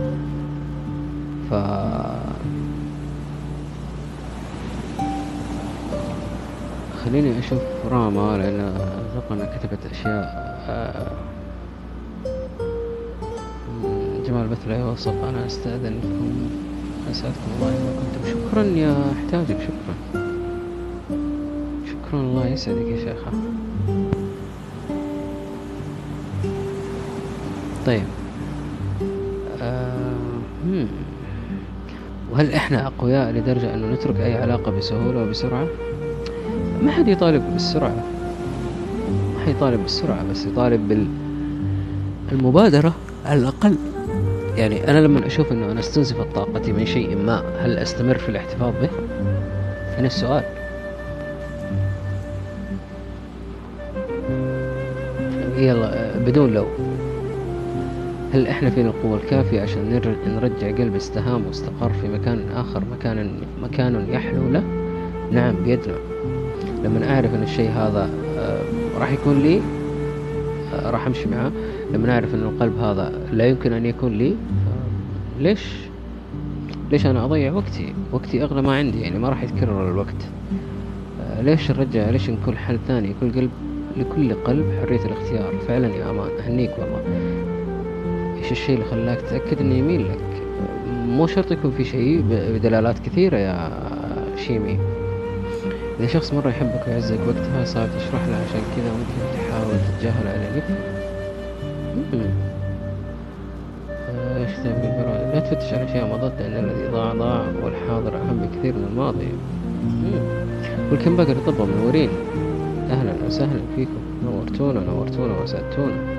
خليني أشوف راما، لأن أتوقع أنها كتبت أشياء. جمال بث لا يوصف. أنا أستأذنكم أسعدكم الله ما كنتم. شكرا يا حتاجك، شكرا الله يسعدك يا شيخة. طيب وهل إحنا أقوياء لدرجة أنه نترك أي علاقة بسهولة وبسرعة؟ ما حد يطالب بالسرعة، ما حد يطالب بالسرعة، بس يطالب بالمبادرة على الأقل. يعني أنا لما أشوف أنه أنا استنزفت طاقتي من شيء ما، هل أستمر في الاحتفاظ به؟ هنا السؤال. يلا بدون لو، هل إحنا فينا القوة الكافية عشان نرجع قلب استهام واستقر في مكان آخر، مكان يحلو له؟ نعم بيدنا. لما أعرف أن الشيء هذا راح يكون لي، راح أمشي معه. لما أعرف أن القلب هذا لا يمكن أن يكون لي، ليش أنا أضيع وقتي أغلى ما عندي، يعني ما راح يتكرر الوقت. ليش نرجع؟ ليش نكون حل ثاني؟ لكل قلب حرية الاختيار. فعلا يا أمان، أهنيك والله. إيش الشيء اللي خلاك تأكد إنه يميل لك؟ مو شرط يكون في شيء بدلالات كثيرة يا شيمي. إذا شخص مرة يحبك ويعزك وقتها صعب تشرح له، عشان كذا ممكن تحاول تتجاهل على اليف. إيش تختفي البرامج، لا تفتش على أشياء مضت لأن الذي ضاع ضاع والحاضر أهم بكثير من الماضي. والكم بقر طبة منورين، أهلا وسهلا فيكم، نورتونا نورتونا وسعدتونا.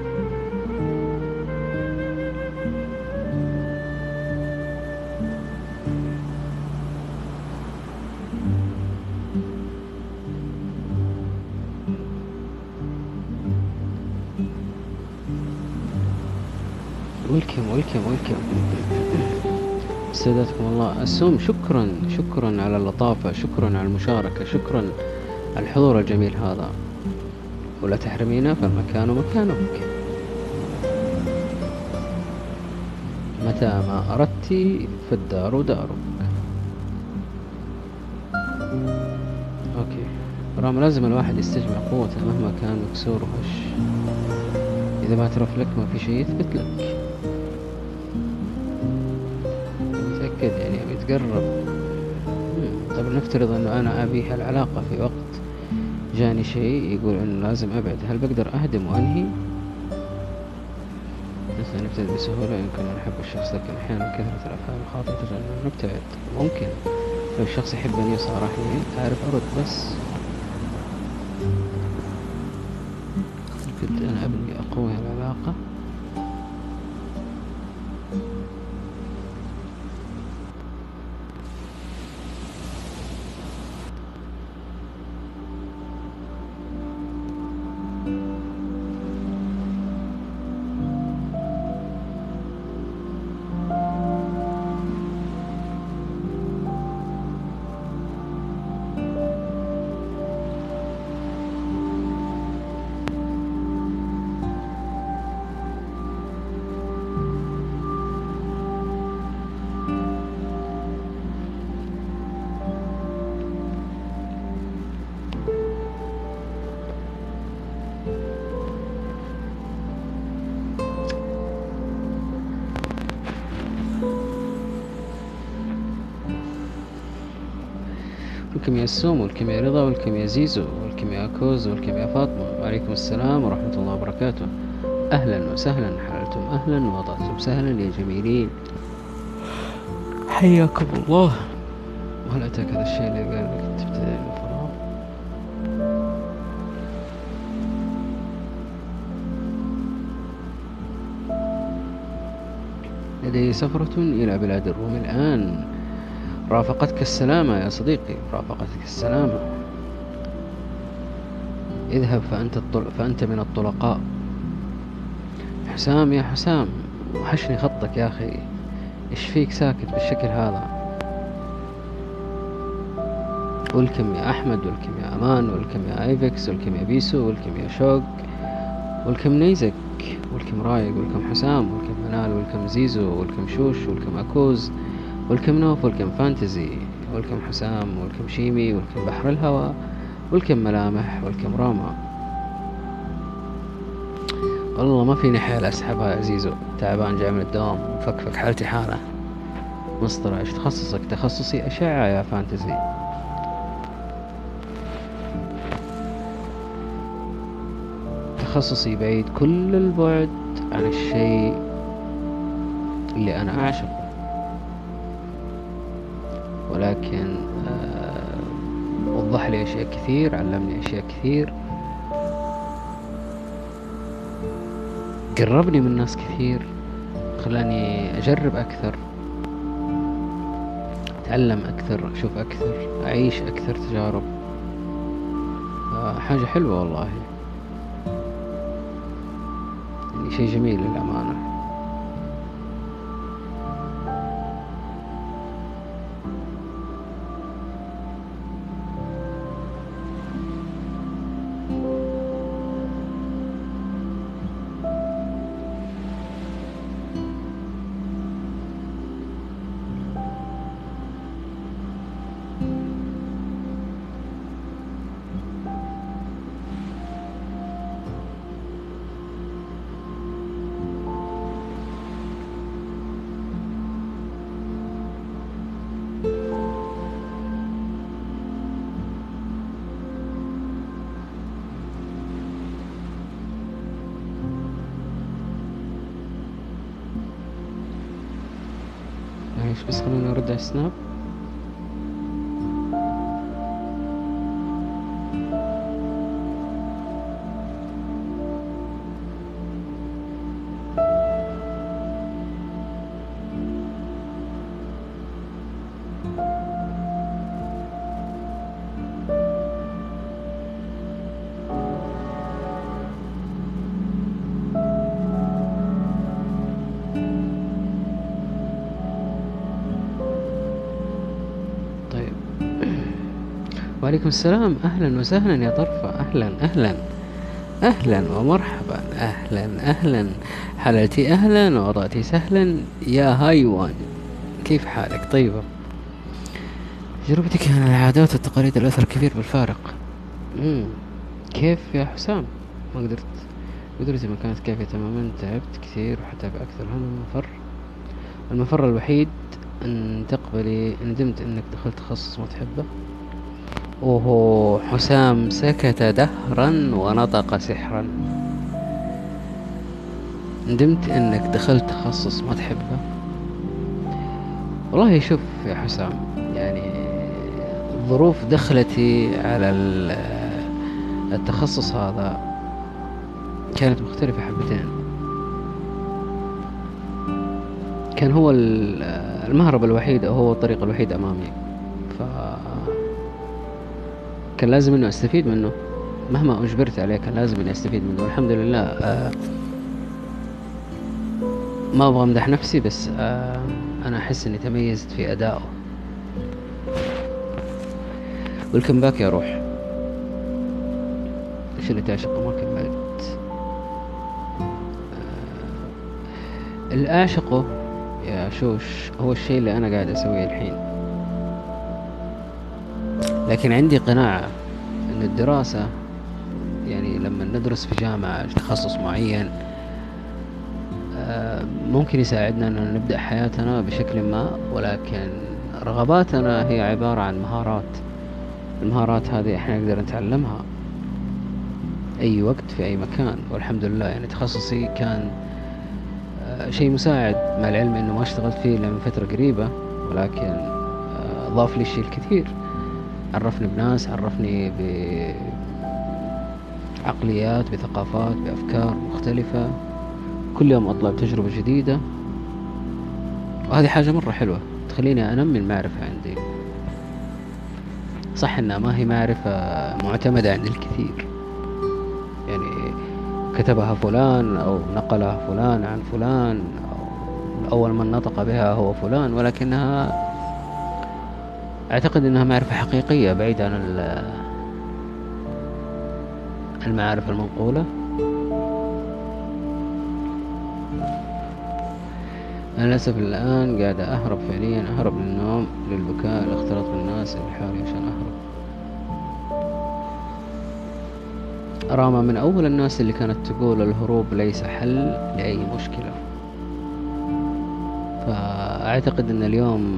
ولكم سادتكم الله. السوم شكرا على اللطافة، شكرا على المشاركة، شكرا على الحضور الجميل هذا. ولا تحرمينا فالمكان مكانك، متى ما أردت فالدار دارك. أوكي رام، لازم الواحد يستجمع قوته مهما كان مكسور وهش. إذا ما اعترف لك ما في شيء يثبت لك. متأكد يعني أبي تقرب. طب نفترض أنه أنا أبي هالعلاقة في وقت جاني شيء يقول أنه لازم أبعد، هل بقدر أهدم وأنهي؟ مثلا نبتعد بسهولة، يمكن نحب الشخص لكن أحيانا كثرة الأفعال الخاطئة تجعل نبتعد. ممكن لو الشخص يحبني وصارحني أعرف أرد، بس كنت أنا أبني أقوي العلاقة. والكم يا السوم، والكم يا رضا، والكم يا زيزو، والكم يا كوز، والكم يا فاطمة. وعليكم السلام ورحمة الله وبركاته. أهلا وسهلا، حللتم أهلا ووضعتم سهلا يا جميلين، حياكم الله. وهل أتاك هذا الشيء اللي قال لك تبتدئ من فراغ؟ لدي سفرة إلى بلاد الروم الآن. رافقتك السلامة يا صديقي، رافقتك السلامة. اذهب فأنت من الطلقاء. حسام يا حسام، وحشني خطك يا أخي، إيش فيك ساكت بالشكل هذا؟ ولكم يا أحمد، ولكم يا أمان، ولكم يا ايفكس، ولكم يا بيسو، ولكم يا شوق، ولكم نيزك، ولكم رايق، ولكم حسام، ولكم منال، ولكم زيزو، ولكم شوش، ولكم أكوز، ولكم نوف، ولكم فانتزي، ولكم حسام، ولكم شيمي، ولكم بحر الهوى، ولكم ملامح، ولكم راما. والله ما فيني حيل أسحبها يا زيزو، تعبان جاي من الدوام مفكفك حالتي حالة. مسطرة، ايش تخصصك؟ تخصصي أشعة يا فانتزي. تخصصي بعيد كل البعد عن الشيء اللي أنا أعشقه، ولكن وضح لي أشياء كثير، علمني أشياء كثير، قربني من ناس كثير، خلاني أجرب أكثر، أتعلم أكثر، أشوف أكثر، أعيش أكثر تجارب. حاجة حلوة والله، يعني شيء جميل للأمانة. معليش بس خليني ارد على السناب. طيب وعليكم السلام، اهلا وسهلا يا طرفة، اهلا اهلا اهلا ومرحبا، اهلا اهلا حللتي، اهلا وضعتي سهلا يا هايوان، كيف حالك؟ طيبة. تجربتك عن العادات والتقاليد الاثر كبير بالفارق. كيف يا حسام؟ ما قدرت، قدرتي ما كانت كافية تماما، تعبت كثير وحتى بأكثر. هنا المفر الوحيد أن تقبلي، ندمت أنك دخلت تخصص ما تحبه. أوه، حسام سكت دهرا ونطق سحرا. ندمت أنك دخلت تخصص ما تحبه. والله شوف يا حسام، يعني ظروف دخلتي على التخصص هذا كانت مختلفة حبتين. كان هو المهرب الوحيد أو هو الطريق الوحيد أمامي، كان لازم إنه أستفيد منه مهما أجبرت عليه، كان لازم إني أستفيد منه. والحمد لله. ما أبغى أمدح نفسي، بس أنا أحس إني تميزت في أدائه. والكم باك يا روح، إيش اللي تعشقه ما كملت. اللي أعشقه يا شوش هو الشيء اللي أنا قاعد أسويه الحين، لكن عندي قناعة أن الدراسة، يعني لما ندرس في جامعة تخصص معين، ممكن يساعدنا أن نبدأ حياتنا بشكل ما، ولكن رغباتنا هي عبارة عن مهارات. المهارات هذه احنا نقدر نتعلمها أي وقت في أي مكان. والحمد لله يعني تخصصي كان شيء مساعد، مع العلم أنه ما اشتغلت فيه إلا من فترة قريبة، ولكن ضاف لي الشيء الكثير. عرفني بناس، عرفني بعقليات، بثقافات، بأفكار مختلفة. كل يوم أطلع بتجربة جديدة، وهذه حاجة مرة حلوة تخليني أنمي المعرفة عندي. صح إنها ما هي معرفة معتمدة عند الكثير، يعني كتبها فلان أو نقلها فلان عن فلان، أو أول من نطق بها هو فلان، ولكنها أعتقد أنها معرفة حقيقية بعيدة عن المعارف المنقولة. أنا للأسف الآن قاعدة أهرب، فعليا أهرب للنوم، للبكاء، الاختلاط بالناس لحالي عشان أهرب. راما من أول الناس اللي كانت تقول الهروب ليس حل لأي مشكلة، فأعتقد أن اليوم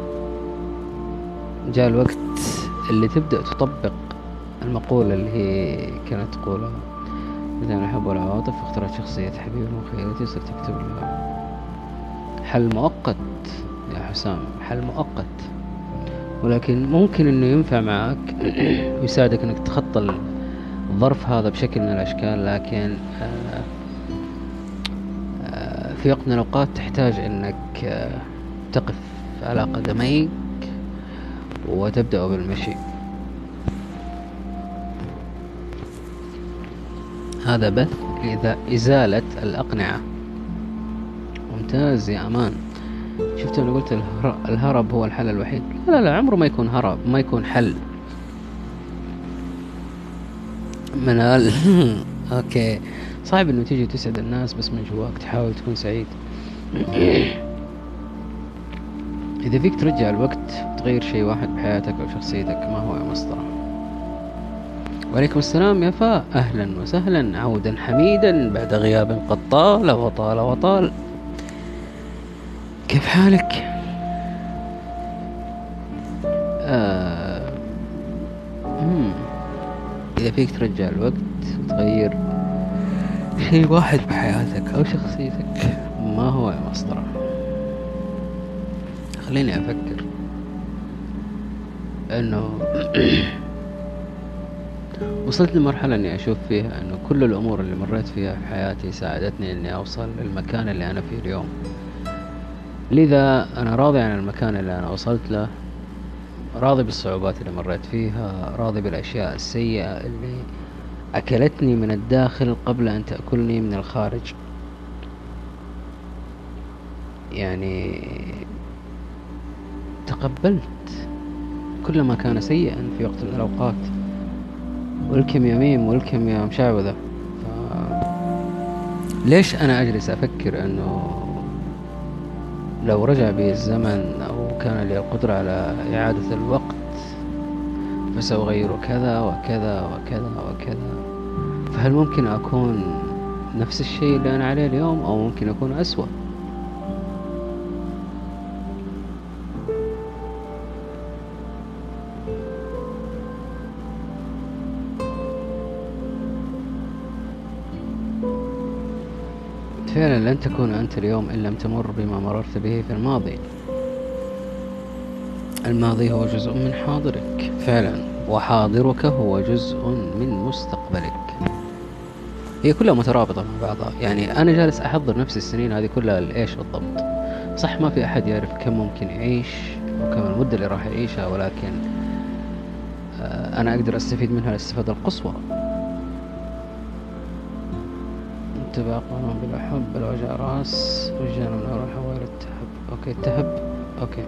جاء الوقت اللي تبدأ تطبق المقولة اللي هي كانت تقولها: إذا أنا أحب العواطف اخترت شخصية حبيبي من خيالتي صرت أكتب لها. حل مؤقت يا حسام، حل مؤقت، ولكن ممكن إنه ينفع معك ويساعدك إنك تتخطى الظرف هذا بشكل من الأشكال. لكن في وقت من الأوقات تحتاج إنك تقف على قدميك وتبدأ بالمشي. هذا بث إزالة الأقنعة. ممتاز يا أمان. شفت أنا قلت الهرب هو الحل الوحيد؟ لا لا، عمره ما يكون هرب، ما يكون حل. منال أوكي، صعب إنه تيجي تسعد الناس بس من جواك تحاول تكون سعيد. إذا فيك ترجع الوقت تغير شيء واحد بحياتك أو شخصيتك، ما هو يا مسطرة؟ وعليكم السلام يا فا، أهلا وسهلا، عودا حميدا بعد غياب قد طال وطال وطال. كيف حالك؟ إذا فيك ترجع الوقت وتغير شيء واحد بحياتك أو شخصيتك، ما هو يا مسطرة؟ خليني أفكر أنه وصلت لمرحلة أني أشوف فيها أنه كل الأمور اللي مريت فيها في حياتي ساعدتني أني أوصل للمكان اللي أنا فيه اليوم. لذا أنا راضي عن المكان اللي أنا وصلت له، راضي بالصعوبات اللي مريت فيها، راضي بالأشياء السيئة اللي أكلتني من الداخل قبل أن تأكلني من الخارج. يعني تقبلت كل ما كان سيئا في وقت من الأوقات. ولكم يا ميم، ولكم يا مشعوذة. ليش أنا أجلس أفكر أنه لو رجع بي الزمن أو كان لي القدرة على إعادة الوقت فسأغير كذا وكذا وكذا وكذا، فهل ممكن أكون نفس الشيء اللي أنا عليه اليوم أو ممكن أكون أسوأ؟ فعلا لن تكون أنت اليوم إن لم تمر بما مررت به في الماضي. الماضي هو جزء من حاضرك فعلا، وحاضرك هو جزء من مستقبلك. هي كلها مترابطة مع بعضها. يعني أنا جالس أحضر نفسي السنين هذه كلها لإيش بالضبط؟ صح ما في أحد يعرف كم ممكن يعيش وكم المدة اللي راح يعيشها، ولكن أنا أقدر أستفيد منها الاستفادة القصوى. اتباع قانون بلا حب بلا وجع راس، وجانا من أول حوالي التهب. أوكي التهب. أوكي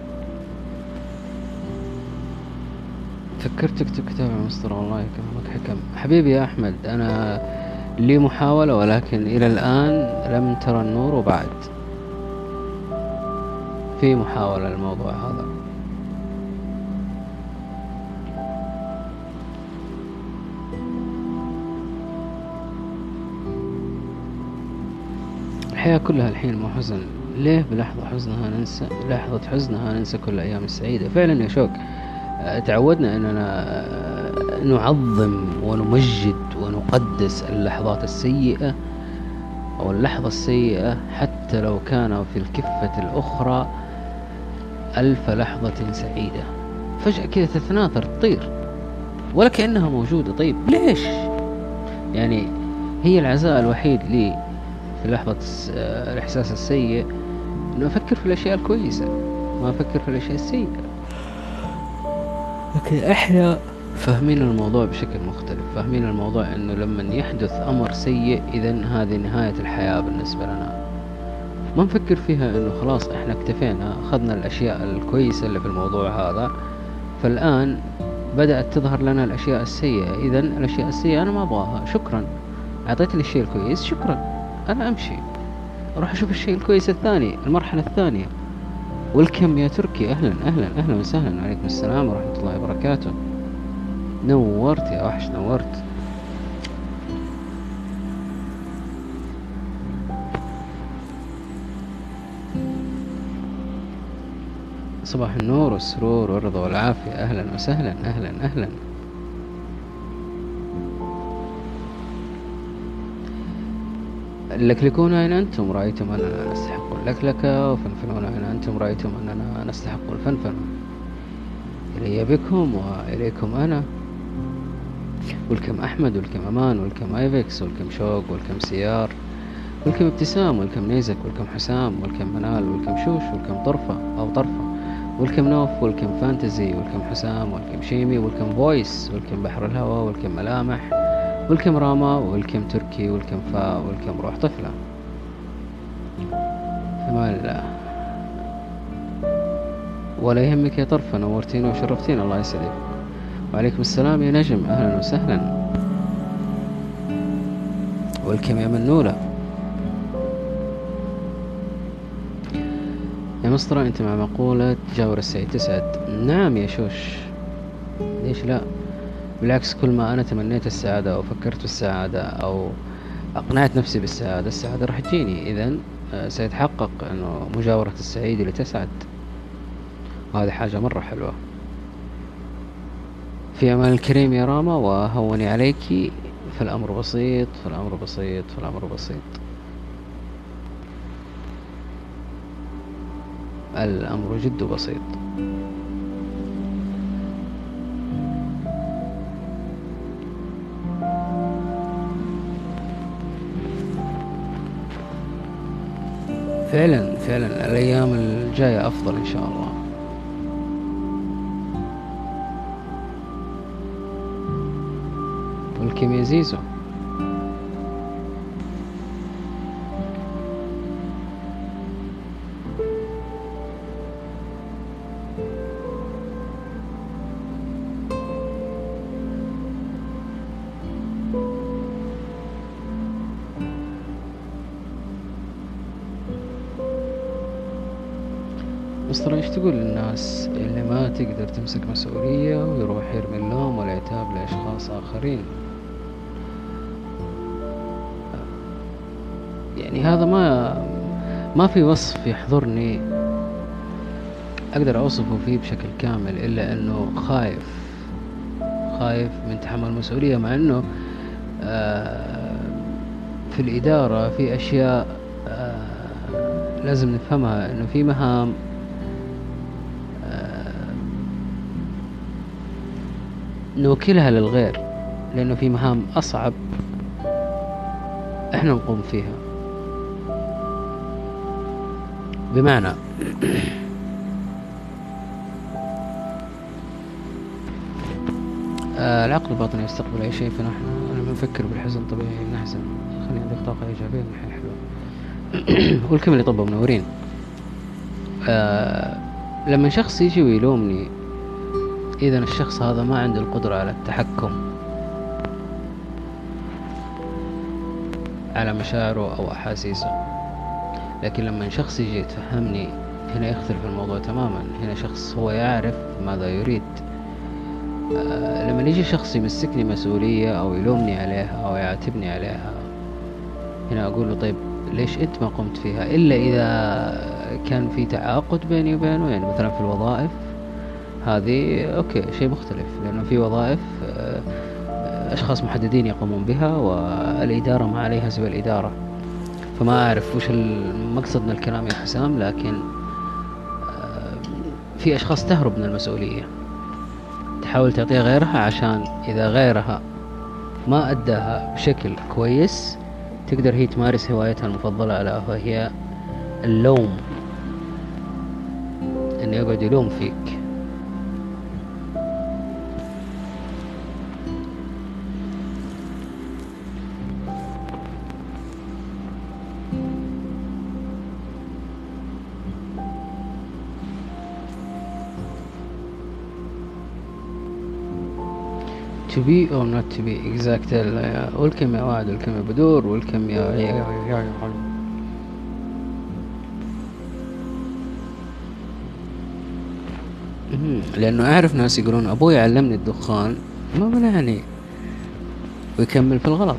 فكرت تكتب كتاب عن مسطرة، والله كلامك حكم حبيبي يا أحمد. أنا لي محاولة ولكن إلى الآن لم ترى النور، وبعد في محاولة للموضوع هذا. الحياة كلها الحين مو حزن. ليه بلحظة حزنها ننسى كل الأيام السعيدة؟ فعلا يا شوق، تعودنا أننا نعظم ونمجد ونقدس اللحظات السيئة أو اللحظة السيئة، حتى لو كان في الكفة الأخرى 1000 لحظة سعيدة. فجأة كذا تتناثر تطير ولا كأنها موجودة. طيب ليش؟ يعني هي العزاء الوحيد لي في لحظة الإحساس السيء إنه أفكر في الأشياء الكويسة، ما أفكر في الأشياء السيئة. لكن إحنا فاهمين الموضوع بشكل مختلف، فاهمين الموضوع إنه لما يحدث أمر سيء إذن هذه نهاية الحياة بالنسبة لنا. ما نفكر فيها إنه خلاص إحنا اكتفينا، أخذنا الأشياء الكويسة اللي في الموضوع هذا، فالآن بدأت تظهر لنا الأشياء السيئة. إذن الأشياء السيئة أنا ما أبغاها، شكرا. أعطيتني الشيء الكويس، شكرا، أنا أمشي أروح أشوف الشيء الكويس الثاني، المرحلة الثانية. والكم يا تركي، أهلا أهلا أهلا وسهلا. عليكم السلام ورحمة الله وبركاته. نورت يا وحش، نورت. صباح النور والسرور والرضا والعافية. أهلا وسهلا أهلا أهلا. لكلكون أين أنتم رأيتم أننا نستحق اللكلكة، وفنفنون أين أنتم رأيتم أننا نستحق الفنفن. إلي بكم وإليكم أنا. والكم أحمد، والكم أمان، والكم أيفكس، والكم شوق، والكم سيار، والكم ابتسام، والكم نيزك، والكم حسام، والكم منال، والكم شوش، والكم طرفة أو طرفة، والكم نوف، والكم فانتزي، والكم حسام، والكم شيمي، والكم فويس، والكم بحر الهوى، والكم ملامح، والكم راما، والكم تركي، والكم فاء، والكم روح طفلة. فما الله. ولا يهمك يا طرفة، نورتين وشرفتين، الله يسعدك. وعليكم السلام يا نجم، أهلا وسهلا. والكم يا منولة. يا مسطرة أنت مع مقولة جاور السعيد تسعد. نعم يا شوش، ليش لا؟ بالعكس، كل ما أنا تمنيت السعادة أو فكرت بالسعادة أو أقنعت نفسي بالسعادة، السعادة راح تجيني. إذن سيتحقق أنه مجاورة السعيد لتسعد، وهذه حاجة مرة حلوة. في أمان الكريم يا راما، وهوني عليك، فالأمر بسيط فالأمر بسيط فالأمر بسيط. الأمر جد بسيط. فعلا فعلا الأيام الجاية أفضل إن شاء الله. والكم يا زيزو. بس ترى ايش تقول للناس اللي ما تقدر تمسك مسؤولية ويروح يرمي اللوم والعتاب لأشخاص آخرين؟ يعني هذا ما في وصف يحضرني أقدر أوصفه فيه بشكل كامل إلا أنه خايف من تحمل المسؤولية، مع أنه في الإدارة في أشياء لازم نفهمها، أنه في مهام نوكلها للغير، لأنه في مهام أصعب إحنا نقوم فيها. بمعنى العقل الباطني يستقبل أي شيء، فنحن لما نفكر بالحزن طبيعي نحزن، خلي عندك طاقة إيجابية من الحياة حلوة. والكم اللي طبوا منورين. لما شخص يجي ويلومني، إذا الشخص هذا ما عنده القدرة على التحكم على مشاعره أو أحاسيسه. لكن لما شخص يجي يتفهمني، هنا يختلف الموضوع تماما. هنا شخص هو يعرف ماذا يريد. لما يجي شخص يمسكني مسؤولية أو يلومني عليها أو يعاتبني عليها، هنا أقول له طيب ليش أنت ما قمت فيها؟ إلا إذا كان في تعاقد بيني وبينه، يعني مثلا في الوظائف هذه أوكي شيء مختلف، لأنه في وظائف أشخاص محددين يقومون بها والإدارة ما عليها سوى الإدارة. فما أعرف وش المقصد من الكلام يا حسام، لكن في أشخاص تهرب من المسؤولية، تحاول تعطيها غيرها، عشان إذا غيرها ما أداها بشكل كويس تقدر هي تمارس هوايتها المفضلة، ألا وهي اللوم، إنه يقعد يلوم فيك. to be or not to be exact. والكم يا وعد، والكم يا بدور، والكم يا لأنه أعرف ناس يقولون أبوي علمني الدخان ما منعني، ويكمل في الغلط.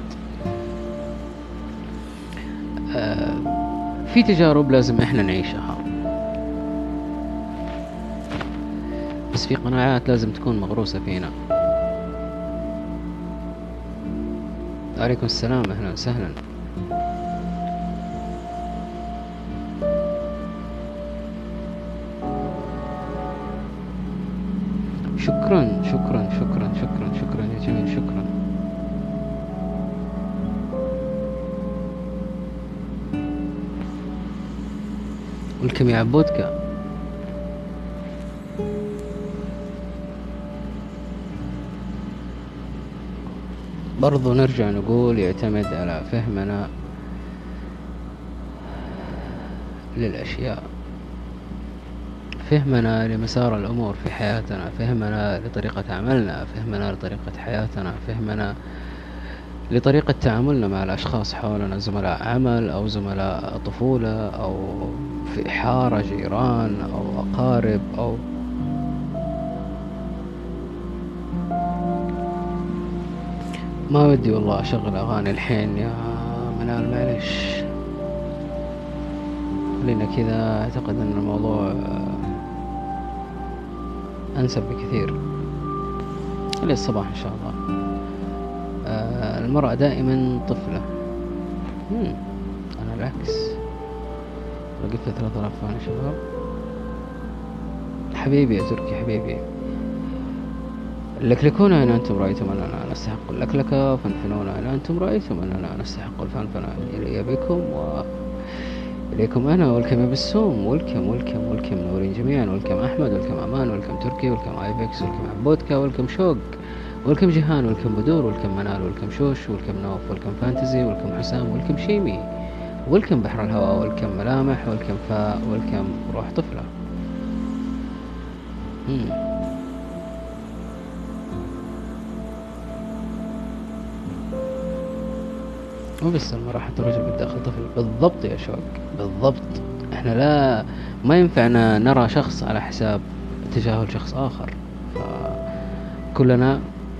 في تجارب لازم إحنا نعيشها، بس في قناعات لازم تكون مغروسة فينا. عليكم السلام، أهلا وسهلا. شكرا شكرا شكرا شكرا شكرا يا جميل، شكرا. والكم يا عبودك. برضو نرجع نقول يعتمد على فهمنا للأشياء، فهمنا لمسار الأمور في حياتنا، فهمنا لطريقة عملنا، فهمنا لطريقة حياتنا، فهمنا لطريقة تعاملنا مع الأشخاص حولنا، زملاء عمل أو زملاء طفولة أو في حارة جيران أو أقارب أو ما ودي والله أشغل أغاني الحين يا منال، معلش خلينا كذا. أعتقد أن الموضوع أنسب بكثير. خلي الصباح إن شاء الله. المرأة دائما طفلة. أنا العكس. وقفت 3000 فان شباب. حبيبي يا تركي حبيبي. لكلكون إن أنتم رأيتم أننا نستحق اللكلكة، فانفنون إن أنتم رأيتم أننا نستحق الفنفنة. إلي بكم وإليكم أنا، والكم بالسوم، والكم نورين جميعا، والكم أحمد، والكم أمان، والكم تركي، والكم آيفكس، والكم عبودكا، والكم شوق، والكم جيهان، والكم بدور، والكم منال، والكم شوش، والكم نوف، والكم فانتزي، والكم حسام، والكم شيمي، والكم بحر الهواء، والكم ملامح، والكم فاء، والكم روح طفلة. مو بس المرأة، حتى الرجل بالداخل طفل. بالضبط يا شوق، بالضبط. احنا ما ينفعنا نرى شخص على حساب تجاهل شخص آخر. فكلنا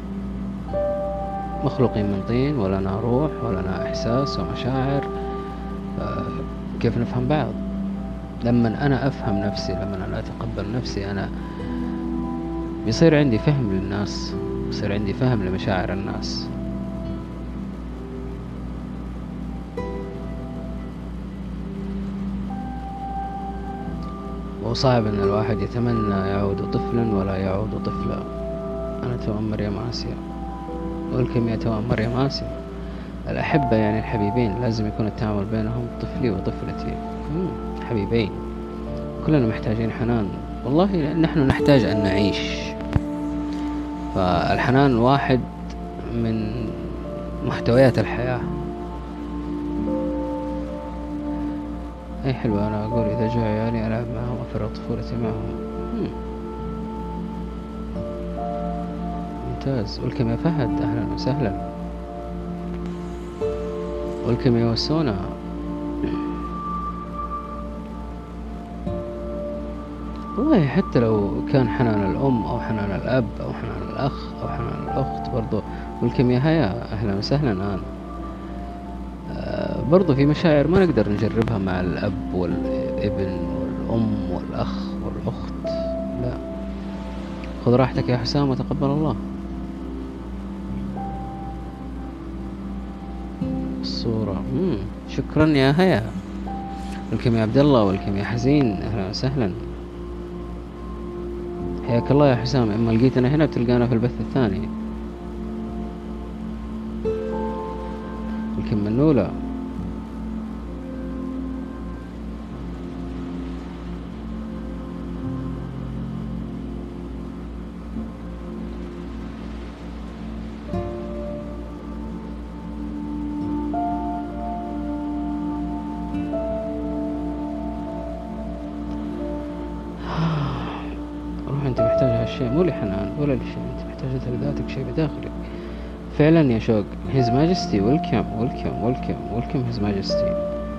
مخلوقين من طين، ولنا روح، ولنا إحساس ومشاعر. كيف نفهم بعض؟ لما أنا أفهم نفسي، لما أنا أتقبل نفسي، أنا بيصير عندي فهم للناس، بيصير عندي فهم لمشاعر الناس. وصعب أن الواحد يتمنى يعود طفلا ولا يعود طفلا. أنا توأم مريم آسيا، والكم توأم مريم آسيا. الأحبة يعني الحبيبين لازم يكون التعامل بينهم طفلي وطفلتي، حبيبين. كلنا محتاجين حنان، والله نحن نحتاج أن نعيش. فالحنان واحد من محتويات الحياة. أي حلوة. أنا أقول إذا جاء عيالي ألعب معهم، أفرغ طفولتي معهم. ممتاز. والكم يا فهد، أهلا وسهلا. والكم يا وسونا. والله حتى لو كان حنان الأم أو حنان الأب أو حنان الأخ أو حنان الأخت برضو. والكم يا هيا، أهلا وسهلا. أنا برضو في مشاعر ما نقدر نجربها مع الأب والابن والأم والأخ والأخت. لا، خذ راحتك يا حسام وتقبل الله. الصورة. شكرا يا هيا. والكم يا عبد الله، والكم يا حزين، أهلا وسهلا. حياك الله يا حسام. إما لقيتنا هنا بتلقانا في البث الثاني. والكم منولة. انت محتاج هالشيء، مو لحنان ولا لشيء، انت محتاج لذاتك، شيء بداخلك فعلا يا شوق. His Majesty welcome His Majesty.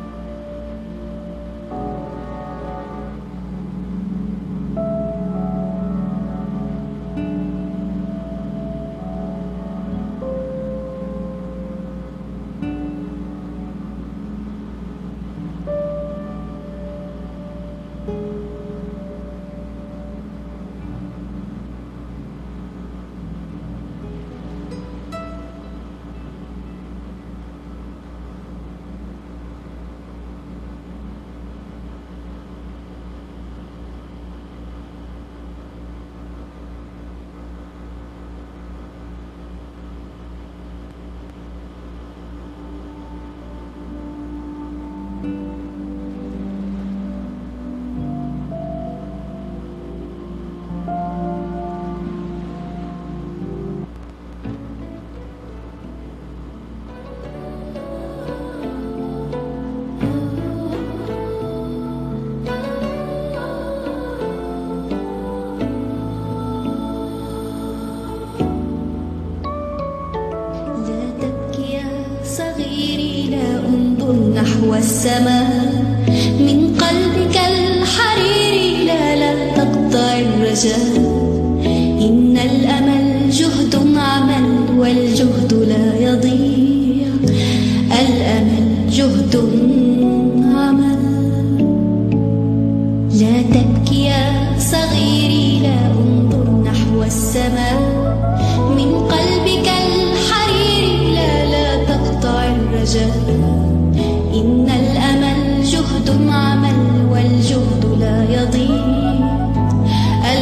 نحو السماء من قلبك الحريري، لا تقطع الرجاء. إن الأمل جهد عمل والجهد لا يضيع. الأمل جهد عمل. لا تبكي يا صغيري، لا انظر نحو السماء من قلبك الحريري، لا تقطع الرجاء. إن الأمل جهد عمل والجهد لا يضيع.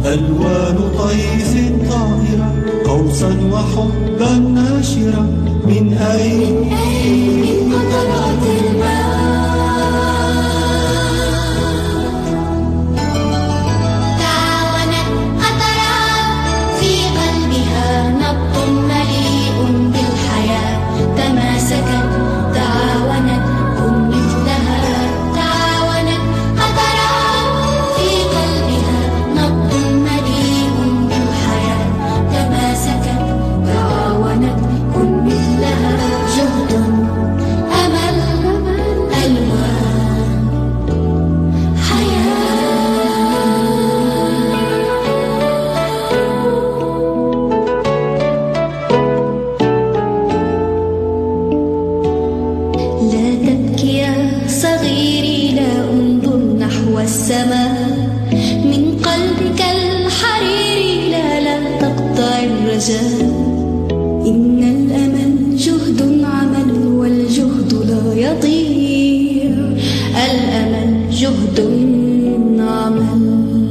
ألوان طيف طائرة قوسا وحبا ناشرة من أين من قطرات الماء تعاونت قطرات في قلبها نبض مليء بالحياة تماسكت تعاونت كن مثلها تعاونت قطرات في قلبها نبض مليء بالحياة تماسكت تعاونت كن مثلها جهد أمل ألوان حياة لا تبكي يا صغيري لا انظر نحو السماء من قلبك الحريري لا تقطع الرجاء إن الأمل جهد عمل والجهد لا يضيع الأمل جهد عمل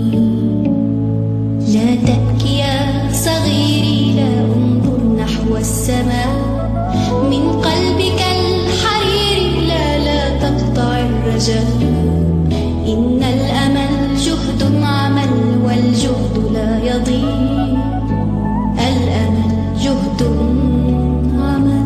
لا تبكي يا صغيري لا انظر نحو السماء من قلبك الحريري لا تقطع الرجاء إن الأمل جهد عمل والجهد لا يضيع الأمل جهد عمل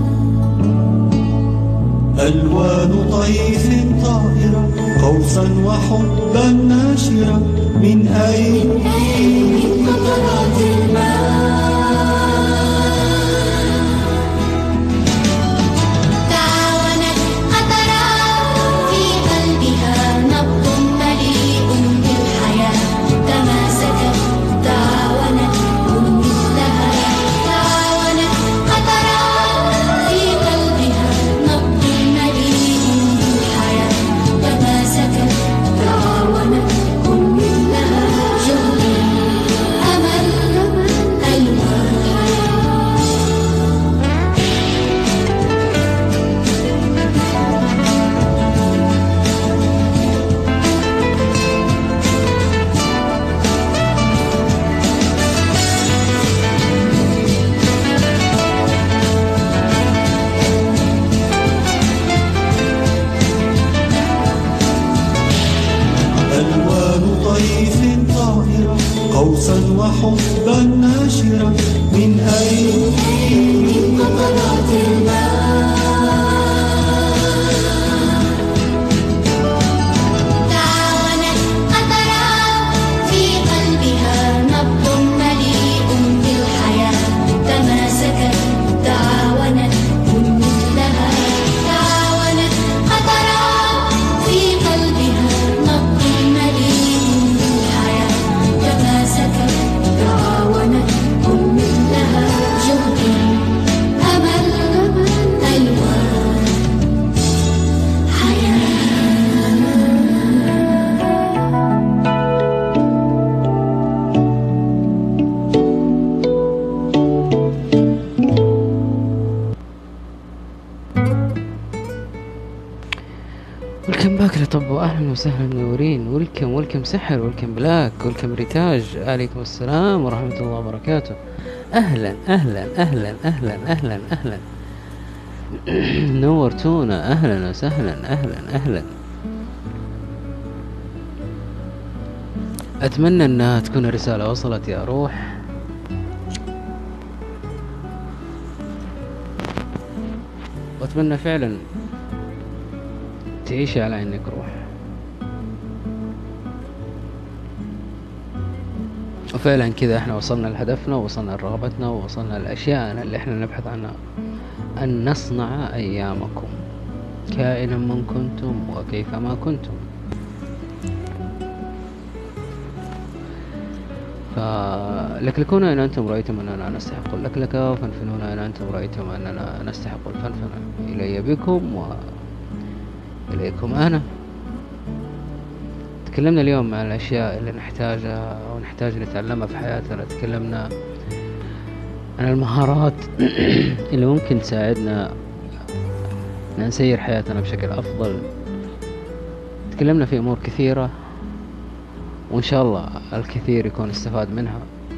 ألوان طيف طائرة قوسا وحبا ناشرة من أين من قطرات الماء تعاونت قطرات في قلبها نبض مليء بالحياة تماسكت تعاونت كن مثلها تعاونت قطرات في قلبها نبض مليء بالحياة تماسكت تعاونت كن مثلها جهد أمل ألوان ألوان طيف طائرة قوسا وحبا ناشرة من أين من قطرات الماء تعاونت قطرات في قلبها نبض مليء بالحياة تماسكت تعاونت كن مثلها تعاونت قطرات في قلبها نبض مليء بالحياة تماسكت تعاونت كن مثلها جهد أمل ألوان حياة ولكم باك لطب واهلا وسهلا منورين. ولكم سحر، ولكم بلاك، ولكم ريتاج. عليكم السلام ورحمة الله وبركاته. اهلا اهلا اهلا اهلا اهلا اهلا نورتونا. اهلا وسهلا اهلا اهلا. اتمنى انها تكون الرسالة وصلت يا روح. واتمنى فعلا تعيشي على انك روح. وفعلا كذا احنا وصلنا لهدفنا، ووصلنا لرغبتنا، ووصلنا لاشياء اللي احنا نبحث عنها، ان نصنع ايامكم كائنا من كنتم وكيفما كنتم. فلكلكونا إن أنتم رأيتم أننا نستحق اللكلكة، وفنفنونا إن أنتم رأيتم أننا نستحق الفنفنة. إلي بكم وإليكم أنا. تكلمنا اليوم عن الأشياء اللي نحتاجها أو نحتاج نتعلمها في حياتنا. تكلمنا عن المهارات اللي ممكن تساعدنا أن نسير حياتنا بشكل أفضل. تكلمنا في أمور كثيرة، وإن شاء الله الكثير يكون استفاد منها.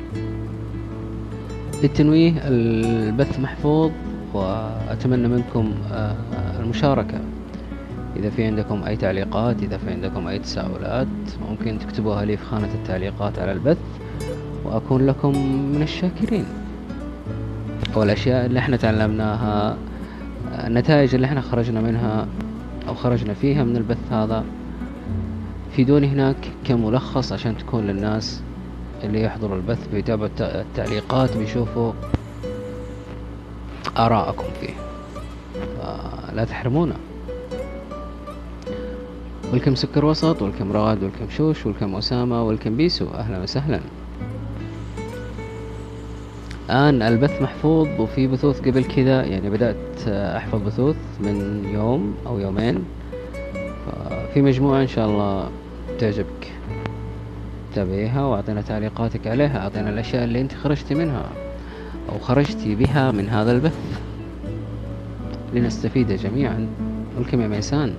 للتنويه البث محفوظ، وأتمنى منكم المشاركة. إذا في عندكم أي تعليقات، إذا في عندكم أي تساؤلات، ممكن تكتبوها لي في خانة التعليقات على البث، وأكون لكم من الشاكرين. والأشياء اللي احنا تعلمناها، النتائج اللي احنا خرجنا منها أو خرجنا فيها من البث هذا، فيدوني هناك كملخص عشان تكون للناس اللي يحضروا البث بيتابعوا التعليقات، بيشوفوا آراءكم فيه، لا تحرمونا. ولكم سكر وسط، ولكم رغد، ولكم شوش، ولكم أسامة، ولكم بيسو، أهلا وسهلا. الآن البث محفوظ، وفي بثوث قبل كذا يعني بدأت أحفظ بثوث من يوم أو يومين، في مجموعة إن شاء الله تعجبك، تابعيها وأعطينا تعليقاتك عليها، أعطينا الأشياء اللي أنت خرجتي منها أو خرجتي بها من هذا البث لنستفيد جميعا. ولكم يا ميسان.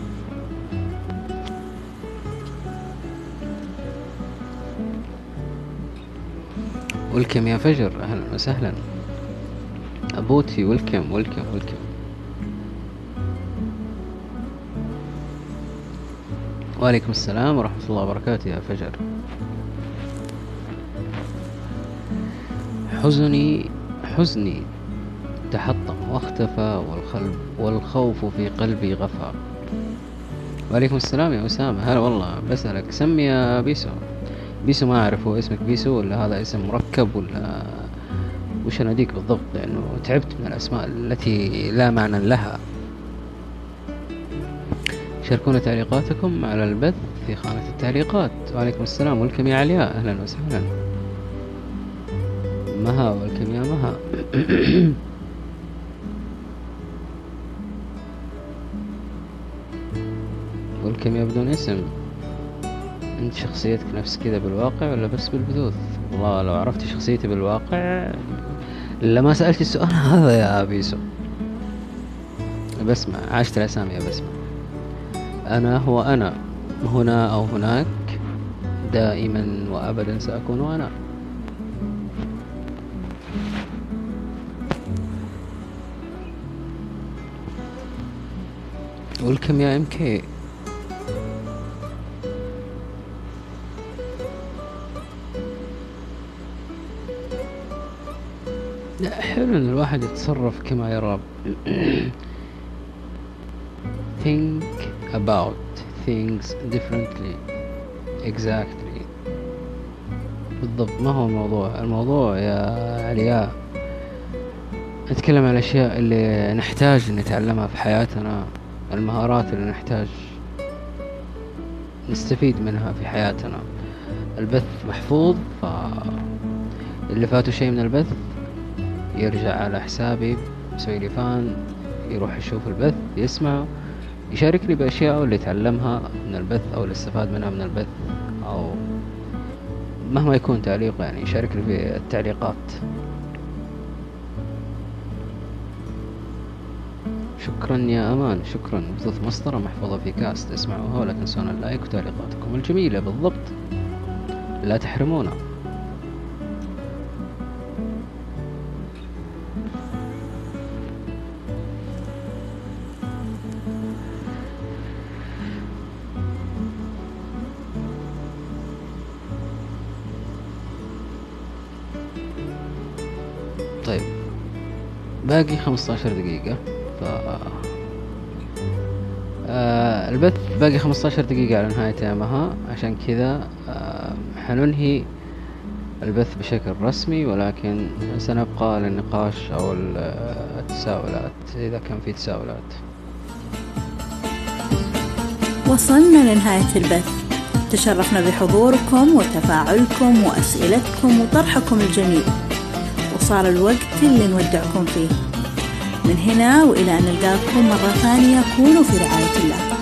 ولكم يا فجر، أهلا وسهلا. أبوتي ولكم ولكم ولكم. وعليكم السلام ورحمة الله وبركاته يا فجر. حزني تحطم واختفى، والخوف في قلبي غفى. وعليكم السلام يا أسامة، هلا والله. بسألك سمي يا بيسو. بيسو ما أعرف هو اسمك بيسو ولا هذا اسم مركب ولا وش أناديك بالضبط، لأنه تعبت من الأسماء التي لا معنى لها. شاركونا تعليقاتكم على البث في خانة التعليقات. وعليكم السلام. ولكم يا علياء، أهلا وسهلا. مها، ولكم يا مها. ولكم يا بدون اسم. انت شخصيتك نفس كذا بالواقع ولا بس بالبثوث؟ والله لو عرفت شخصيتي بالواقع لما سألت السؤال هذا يا بيسو. بسمع، عاشت الأسامي يا بسمع. أنا هو أنا، هنا أو هناك، دائما وأبدا سأكون أنا. ولكم يا ام كي. لا، حلو ان الواحد يتصرف كما يرى. think about things differently. exactly. بالضبط. ما هو الموضوع يا علياء نتكلم عن الاشياء اللي نحتاج نتعلمها في حياتنا، المهارات اللي نحتاج نستفيد منها في حياتنا. البث محفوظ، فاللي فاتوا شيء من البث يرجع على حسابي، يسوي لي فان، يروح يشوف البث، يسمع، يشاركني بأشياء اللي يتعلمها من البث أو اللي استفاد منها من البث، أو مهما يكون تعليق يعني يشاركني في التعليقات. شكرا يا أمان، شكرا. بثوث مسطرة محفوظة في كاست، اسمعوها ولا تنسون اللايك وتعليقاتكم الجميلة. بالضبط، لا تحرمونا. طيب، باقي 15 دقيقة. البث باقي 15 دقيقة على نهاية أيامها، عشان كذا حننهي البث بشكل رسمي، ولكن سنبقى للنقاش أو التساؤلات إذا كان في تساؤلات. وصلنا لنهاية البث، تشرفنا بحضوركم وتفاعلكم وأسئلتكم وطرحكم الجميل، وصار الوقت اللي نودعكم فيه. من هنا وإلى أن نلقاكم مرة ثانية، كونوا في رعاية الله.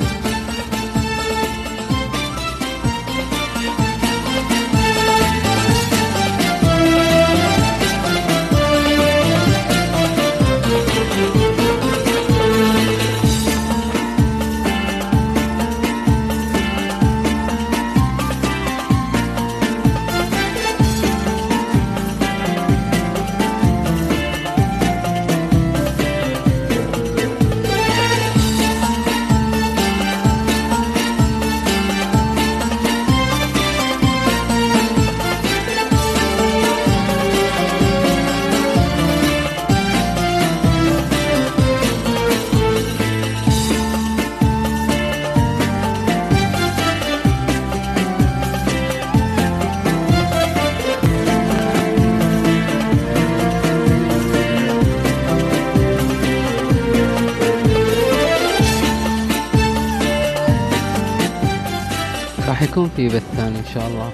راح يكون في بث ثاني ان شاء الله،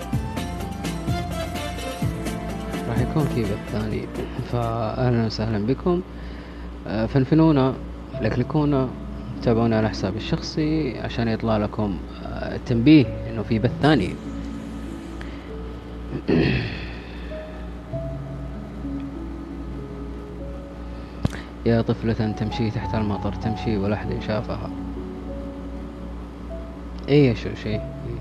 راح يكون في بث ثاني. فاهلا وسهلا بكم. فنفنونا، لكلكونا، تابعونا على حسابي الشخصي عشان يطلع لكم تنبيه انه في بث ثاني. يا طفلة تمشي تحت المطر، تمشي ولا أحد شافها. ايه شو شيء،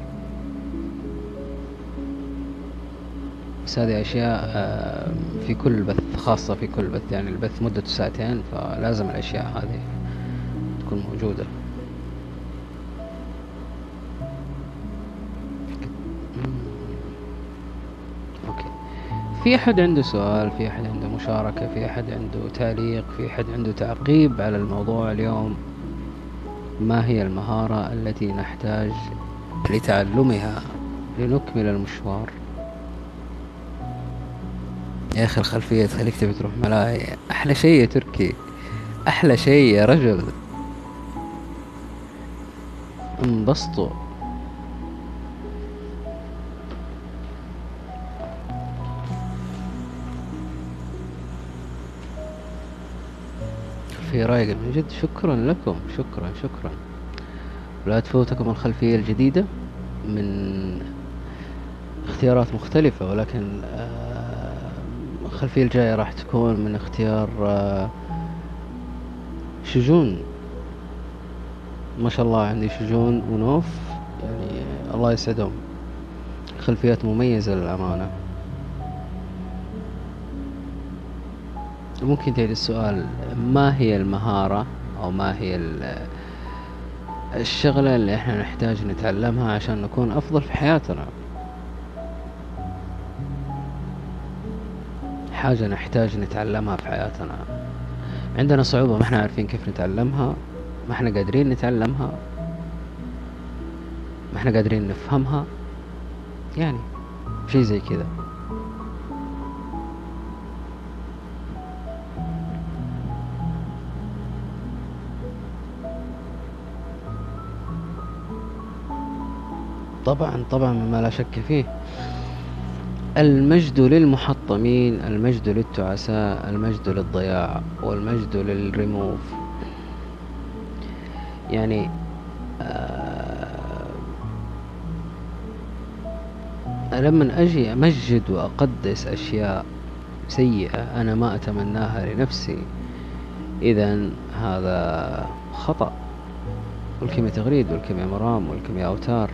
بس هذه أشياء في كل بث، خاصة في كل بث. يعني البث مدته ساعتين، فلازم الأشياء هذه تكون موجودة. أوكي، في أحد عنده سؤال؟ في أحد عنده مشاركة؟ في أحد عنده تعليق؟ في أحد عنده تعقيب على الموضوع اليوم؟ ما هي المهارة التي نحتاج لتعلمها لنكمل المشوار؟ يا أخي الخلفية تخليك تبي تروح ملاهي، أحلى شيء يا تركي، أحلى شيء يا رجل. انبسطوا. في رايق من جد. شكرا لكم، شكرا شكرا. لا تفوتكم الخلفية الجديدة من اختيارات مختلفة، ولكن الخلفية الجاية راح تكون من اختيار شجون. ما شاء الله عندي شجون ونوف، يعني الله يسعدهم، خلفيات مميزة للأمانة. ممكن تعيد السؤال؟ ما هي المهارة أو ما هي الشغلة اللي احنا نحتاج نتعلمها عشان نكون أفضل في حياتنا؟ حاجة نحتاج نتعلمها في حياتنا، عندنا صعوبة، ما احنا عارفين كيف نتعلمها، ما احنا قادرين نتعلمها، ما احنا قادرين نفهمها، يعني شيء زي كذا. طبعا مما لا شك فيه. المجد للمحطمين، المجد للتعساء، المجد للضياع، والمجد للريموف. يعني لما أجي أمجد وأقدس أشياء سيئة أنا ما أتمناها لنفسي، إذن هذا خطأ. والكم يا تغريد، والكم يا مرام، والكم يا أوتار.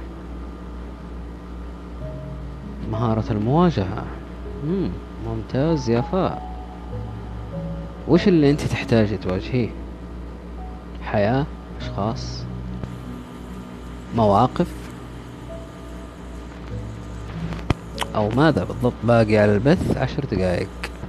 مهارة المواجهة. ممتاز يا فاء. وش اللي انت تحتاج تواجهيه؟ حياة، اشخاص، مواقف، او ماذا بالضبط؟ باقي على البث 10 دقائق.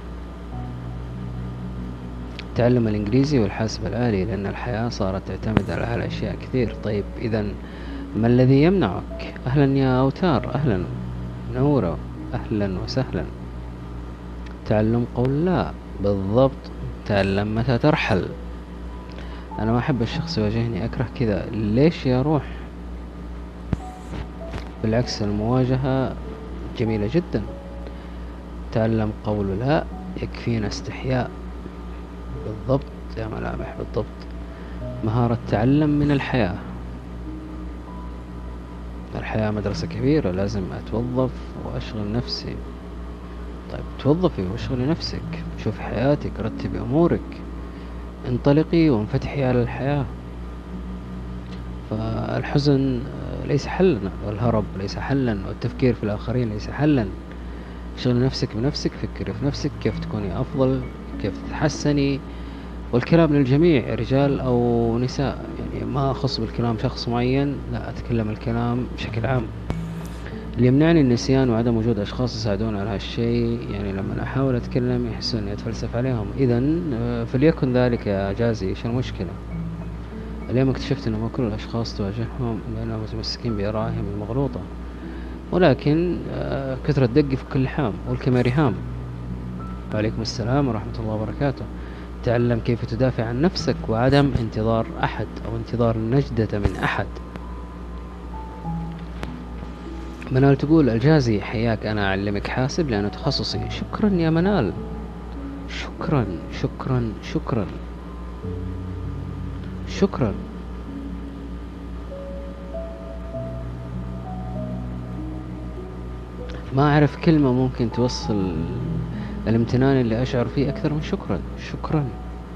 تعلم الانجليزي والحاسب الآلي، لان الحياة صارت تعتمد على اشياء كثير. طيب اذا ما الذي يمنعك؟ اهلا يا اوتار، اهلا نورة، أهلا وسهلا. تعلم قول لا، بالضبط. تعلم متى ترحل. أنا ما أحب الشخص يواجهني، أكره كذا. ليش يا روح؟ بالعكس، المواجهة جميلة جدا. تعلم قول لا، يكفينا استحياء. بالضبط يا ملامح، بالضبط. مهارة تعلم من الحياة. الحياة مدرسة كبيرة، لازم أتوظف وأشغل نفسي. طيب توظفي واشغلي نفسك، شوفي حياتك، رتبي أمورك، انطلقي وانفتحي على الحياة. فالحزن ليس حلا، والهرب ليس حلا، والتفكير في الآخرين ليس حلا. شغلي نفسك بنفسك، فكري في نفسك كيف تكوني أفضل، كيف تتحسني. والكلام للجميع، رجال أو نساء، يعني ما أخص بالكلام شخص معين، لا، أتكلم الكلام بشكل عام. اللي يمنعني النسيان وعدم وجود أشخاص يساعدون على هالشيء، يعني لما أحاول أتكلم يحسون إني أتفلسف عليهم. إذن فليكن ذلك يا جازي، إيش المشكلة؟ اليوم اكتشفت إنه ما كل الأشخاص تواجههم لأنهم متمسكين بآرائهم المغلوطة، ولكن كثرة دق في كل حام. والكما ريهام، وعليكم السلام ورحمة الله وبركاته. تعلم كيف تدافع عن نفسك وعدم انتظار أحد أو انتظار النجدة من أحد. منال تقول الجازي حياك، أنا أعلمك حاسب لأنه تخصصي. شكرا يا منال، شكرا شكرا شكرا شكرا. ما أعرف كلمة ممكن توصل الامتنان اللي أشعر فيه أكثر من شكرا شكرا.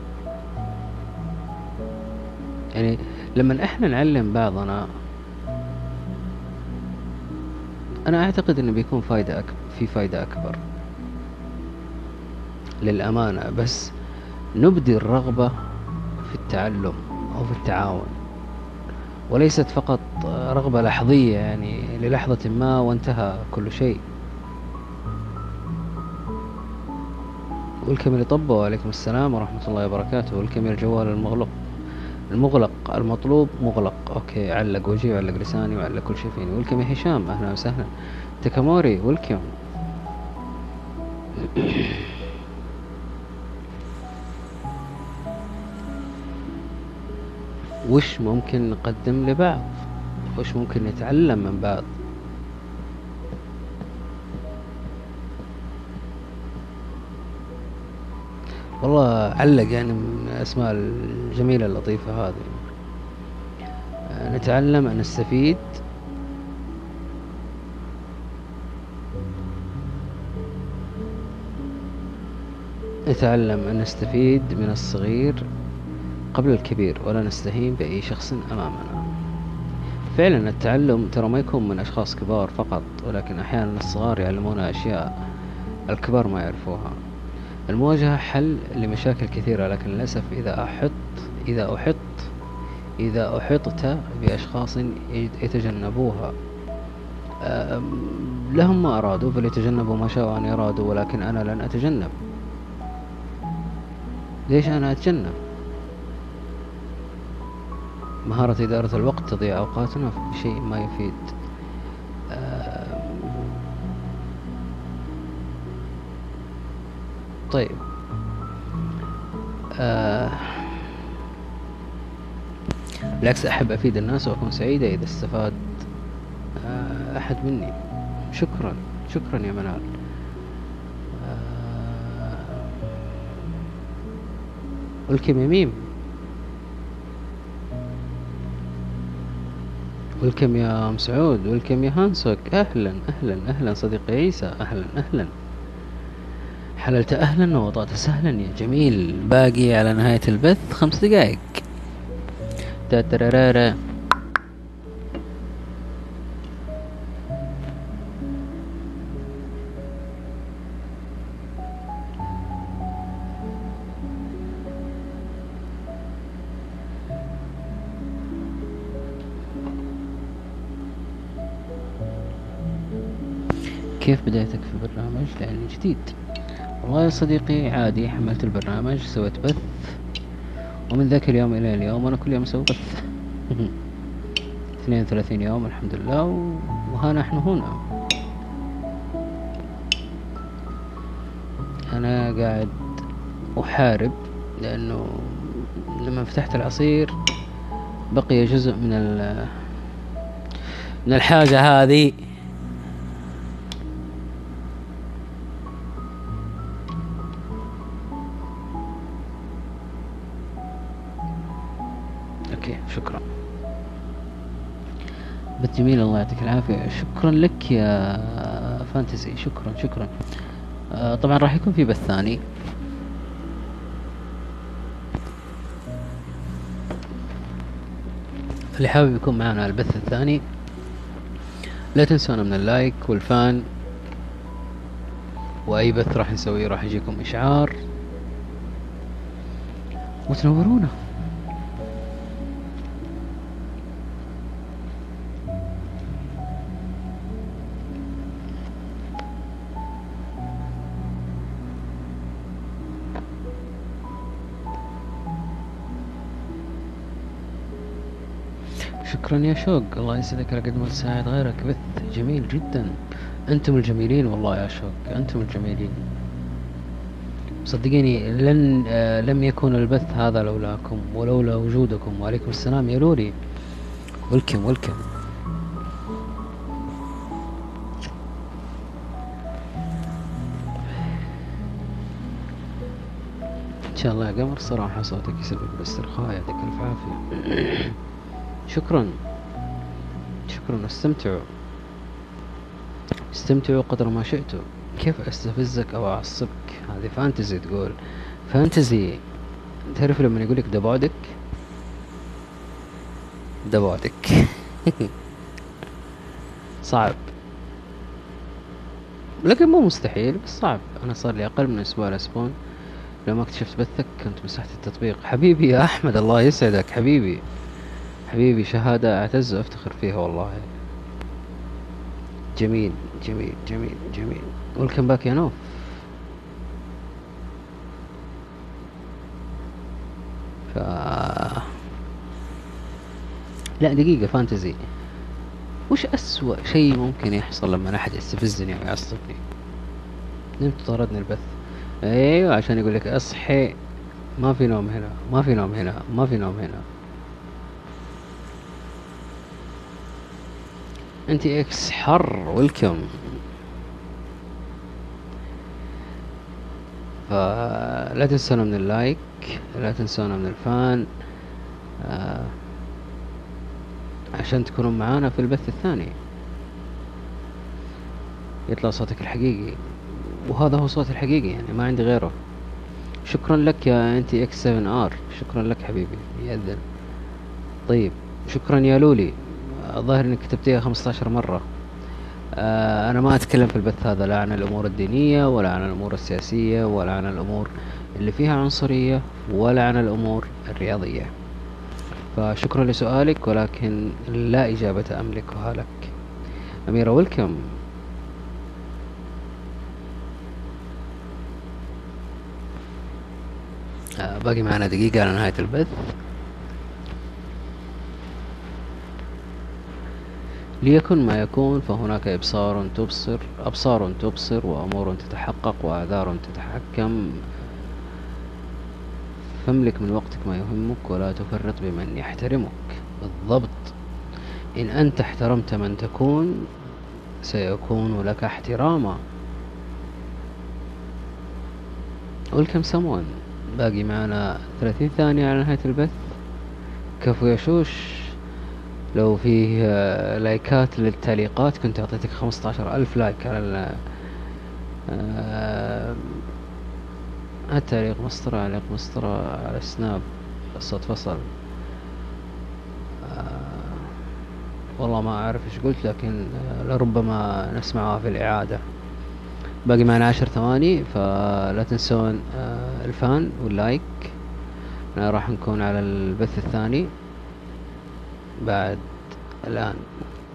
يعني لما إحنا نعلم بعضنا أنا أعتقد إنه بيكون في فايدة أكبر للأمانة، بس نبدي الرغبة في التعلم أو في التعاون، وليست فقط رغبة لحظية يعني للحظة ما وانتهى كل شيء. والكم اللي طبه، وعليكم السلام ورحمة الله وبركاته. والكم الجوال المغلق المطلوب مغلق. اوكي، علق وجهي وعلق لساني وعلق كل شيء فيني. والكم يا هشام، اهلا وسهلا. تكاموري والكم. وش ممكن نقدم لبعض، وش ممكن نتعلم من بعض. والله علق يعني من الأسماء الجميلة اللطيفة هذه. نتعلم أن نستفيد، نتعلم أن نستفيد من الصغير قبل الكبير، ولا نستهين بأي شخص أمامنا. فعلا التعلم ترى ما يكون من أشخاص كبار فقط، ولكن أحيانا الصغار يعلمونا أشياء الكبار ما يعرفوها. المواجهة حل لمشاكل كثيرة، لكن للأسف إذا أحطت بأشخاص يتجنبوها لهم ما أرادوا فليتجنبوا ما شاءوا أن يرادوا، ولكن أنا لن أتجنب. ليش أنا أتجنب؟ مهارة إدارة الوقت تضيع أوقاتنا في شيء ما يفيد. طيب، بالعكس أحب أفيد الناس وأكون سعيدة إذا استفاد أحد مني. شكرا شكرا يا منال. والكم يا ميم، والكم يا مسعود، والكم يا هانسوك. أهلا أهلا أهلا صديقي عيسى، أهلا أهلا. حللت أهلا ووضعت سهلا يا جميل. باقي على نهاية البث 5 دقائق. تاترارارا. كيف بدايتك في البرنامج؟ لأني جديد. والله يا صديقي عادي، حملت البرنامج، سويت بث، ومن ذاك اليوم إلى اليوم أنا كل يوم أسوي بث. 32 يوم الحمد لله، وها نحن هنا. أنا قاعد أحارب، لأنه لما فتحت العصير بقي جزء من الحاجة هذه. شكرا. بث جميل، الله يعطيك العافية. شكرا لك يا فانتسي، شكرا شكرا. طبعا راح يكون في بث ثاني. اللي حابب يكون معنا البث الثاني لا تنسونا من اللايك والفان، واي بث راح نسويه راح يجيكم اشعار وتنورونا. شكرا يا شوق، الله يسعدك على قد ما تساعد غيرك. بث جميل جدا، انتم الجميلين والله يا شوق، انتم الجميلين صدقيني. لم يكون البث هذا لولاكم ولولا وجودكم. وعليكم السلام يا لولي. ولكم شاء الله يا قمر صراحة صوتك يسبب بالاسترخاء، يعطيك الف عافية. شكرا شكرا. استمتعوا قدر ما شئتوا. كيف استفزك او اعصبك؟ هذه فانتزي تقول. فانتزي، تعرف لما يقولك ده بعدك ده بعدك. صعب لكن مو مستحيل، بس صعب. انا صار لي اقل من اسبوع لاسبوعين لما اكتشفت بثك كنت مسحت التطبيق. حبيبي يا احمد الله يسعدك حبيبي، حبيبي شهادة اعتز وافتخر فيها والله. جميل جميل جميل جميل. ويلكم باك يا نوف. ف لا دقيقة فانتزي، وش أسوأ شيء ممكن يحصل لما أحد يستفزني أو يعصبني؟ نمت طردني البث. أيوة عشان يقولك أصحي، ما في نوم هنا، ما في نوم هنا، ما في نوم هنا. انتي اكس حر ويلكم. فلا تنسونا من اللايك، لا تنسونا من الفان، عشان تكونوا معانا في البث الثاني يطلع صوتك الحقيقي، وهذا هو صوتي الحقيقي يعني ما عندي غيره. شكرا لك يا انتي اكس 7 ار، شكرا لك حبيبي يأذن. طيب شكرا يا لولي، الظاهر انك كتبتيها 15 مرة. انا ما اتكلم في البث هذا لا عن الامور الدينية ولا عن الامور السياسية ولا عن الامور اللي فيها عنصرية ولا عن الامور الرياضية. فشكرا لسؤالك ولكن لا اجابة املكها لك. اميرة ويلكم. باقي معنا دقيقة على نهاية البث. ليكن ما يكون، فهناك أبصار تبصر وأمور تتحقق وآثار تتحكم. فاملك من وقتك ما يهمك ولا تفرط بمن يحترمك. بالضبط، إن أنت احترمت من تكون سيكون لك احتراما. ولكم سمون. باقي معنا 30 ثانية على نهاية البث. كفو يا شوش، لو فيه لايكات للتعليقات كنت اعطيتك 15,000 لايك على التعليق. مسطرة على سناب، الصوت فصل. والله ما اعرف ايش قلت، لكن لربما نسمعها في الاعادة. باقي معنا 10 ثواني، فلا تنسون الفان واللايك. راح نكون على البث الثاني بعد الآن.